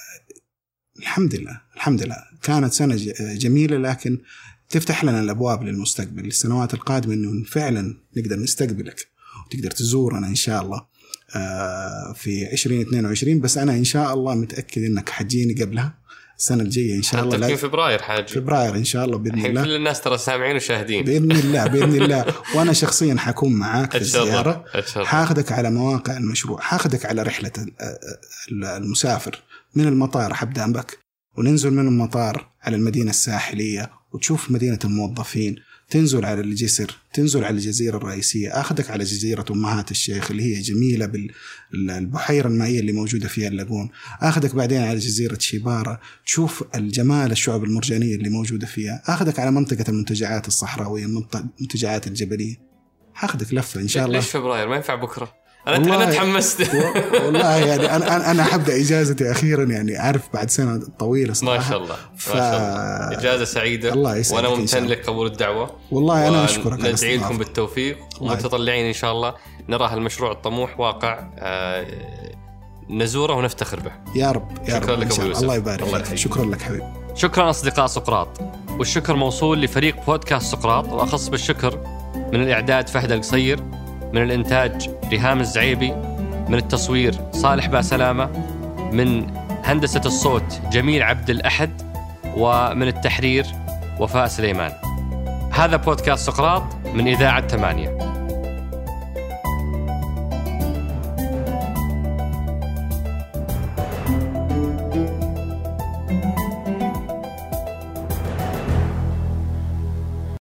لله الحمد لله كانت سنة جميلة، لكن تفتح لنا الأبواب للمستقبل للسنوات القادمة، إنه فعلا نقدر نستقبلك وتقدر تزورنا إن شاء الله في عشرين اثنين وعشرين. بس أنا إن شاء الله متأكد إنك حتجيني قبلها السنة الجاية إن شاء الله. في فبراير حاجة فبراير إن شاء الله بإذن الله. كل الناس ترى سامعين وشاهدين بإذن الله بإذن الله. وأنا شخصيا حكون معاك في الزيارة، حاخدك على مواقع المشروع، حاخدك على رحلة المسافر من المطار. حبدأ بك وننزل من المطار على المدينة الساحلية وتشوف مدينة الموظفين، تنزل على الجسر، تنزل على الجزيرة الرئيسية، أخذك على جزيرة أمهات الشيخ اللي هي جميلة بالبحيرة المائية اللي موجودة فيها اللاجون، أخذك بعدين على جزيرة شيبارة تشوف الجمال الشعب المرجانية اللي موجودة فيها، أخذك على منطقة المنتجعات الصحراوية، المنتجعات الجبلية، أخذك لفة إن شاء الله. ليش فبراير؟ ما ينفع بكرة؟ أنا أنا تحمست والله يعني أنا أنا أنا حبدأ إجازتي أخيرا، يعني عارف بعد سنة طويلة صراحة. ما شاء الله ف... ما شاء الله إجازة سعيدة. الله يسعدك. وأنا ممتن لك قبول الدعوة. والله أنا أشكرك. ندعي لكم بالتوفيق ومتطلعين إن شاء الله نرى هالمشروع الطموح واقع، آه نزوره ونفتخر به. يا رب يا شكرا رب. لك أبو يوسف. الله يبارك فيك. شكرا لك حبيبي. شكرا أصدقاء سقراط، والشكر موصول لفريق بودكاست سقراط، وأخص بالشكر من الإعداد فهد القصير، من الإنتاج ريهام الزعيبي، من التصوير صالح باسلامة، من هندسة الصوت جميل عبد الأحد، ومن التحرير وفاء سليمان. هذا بودكاست سقراط من إذاعة ثمانية.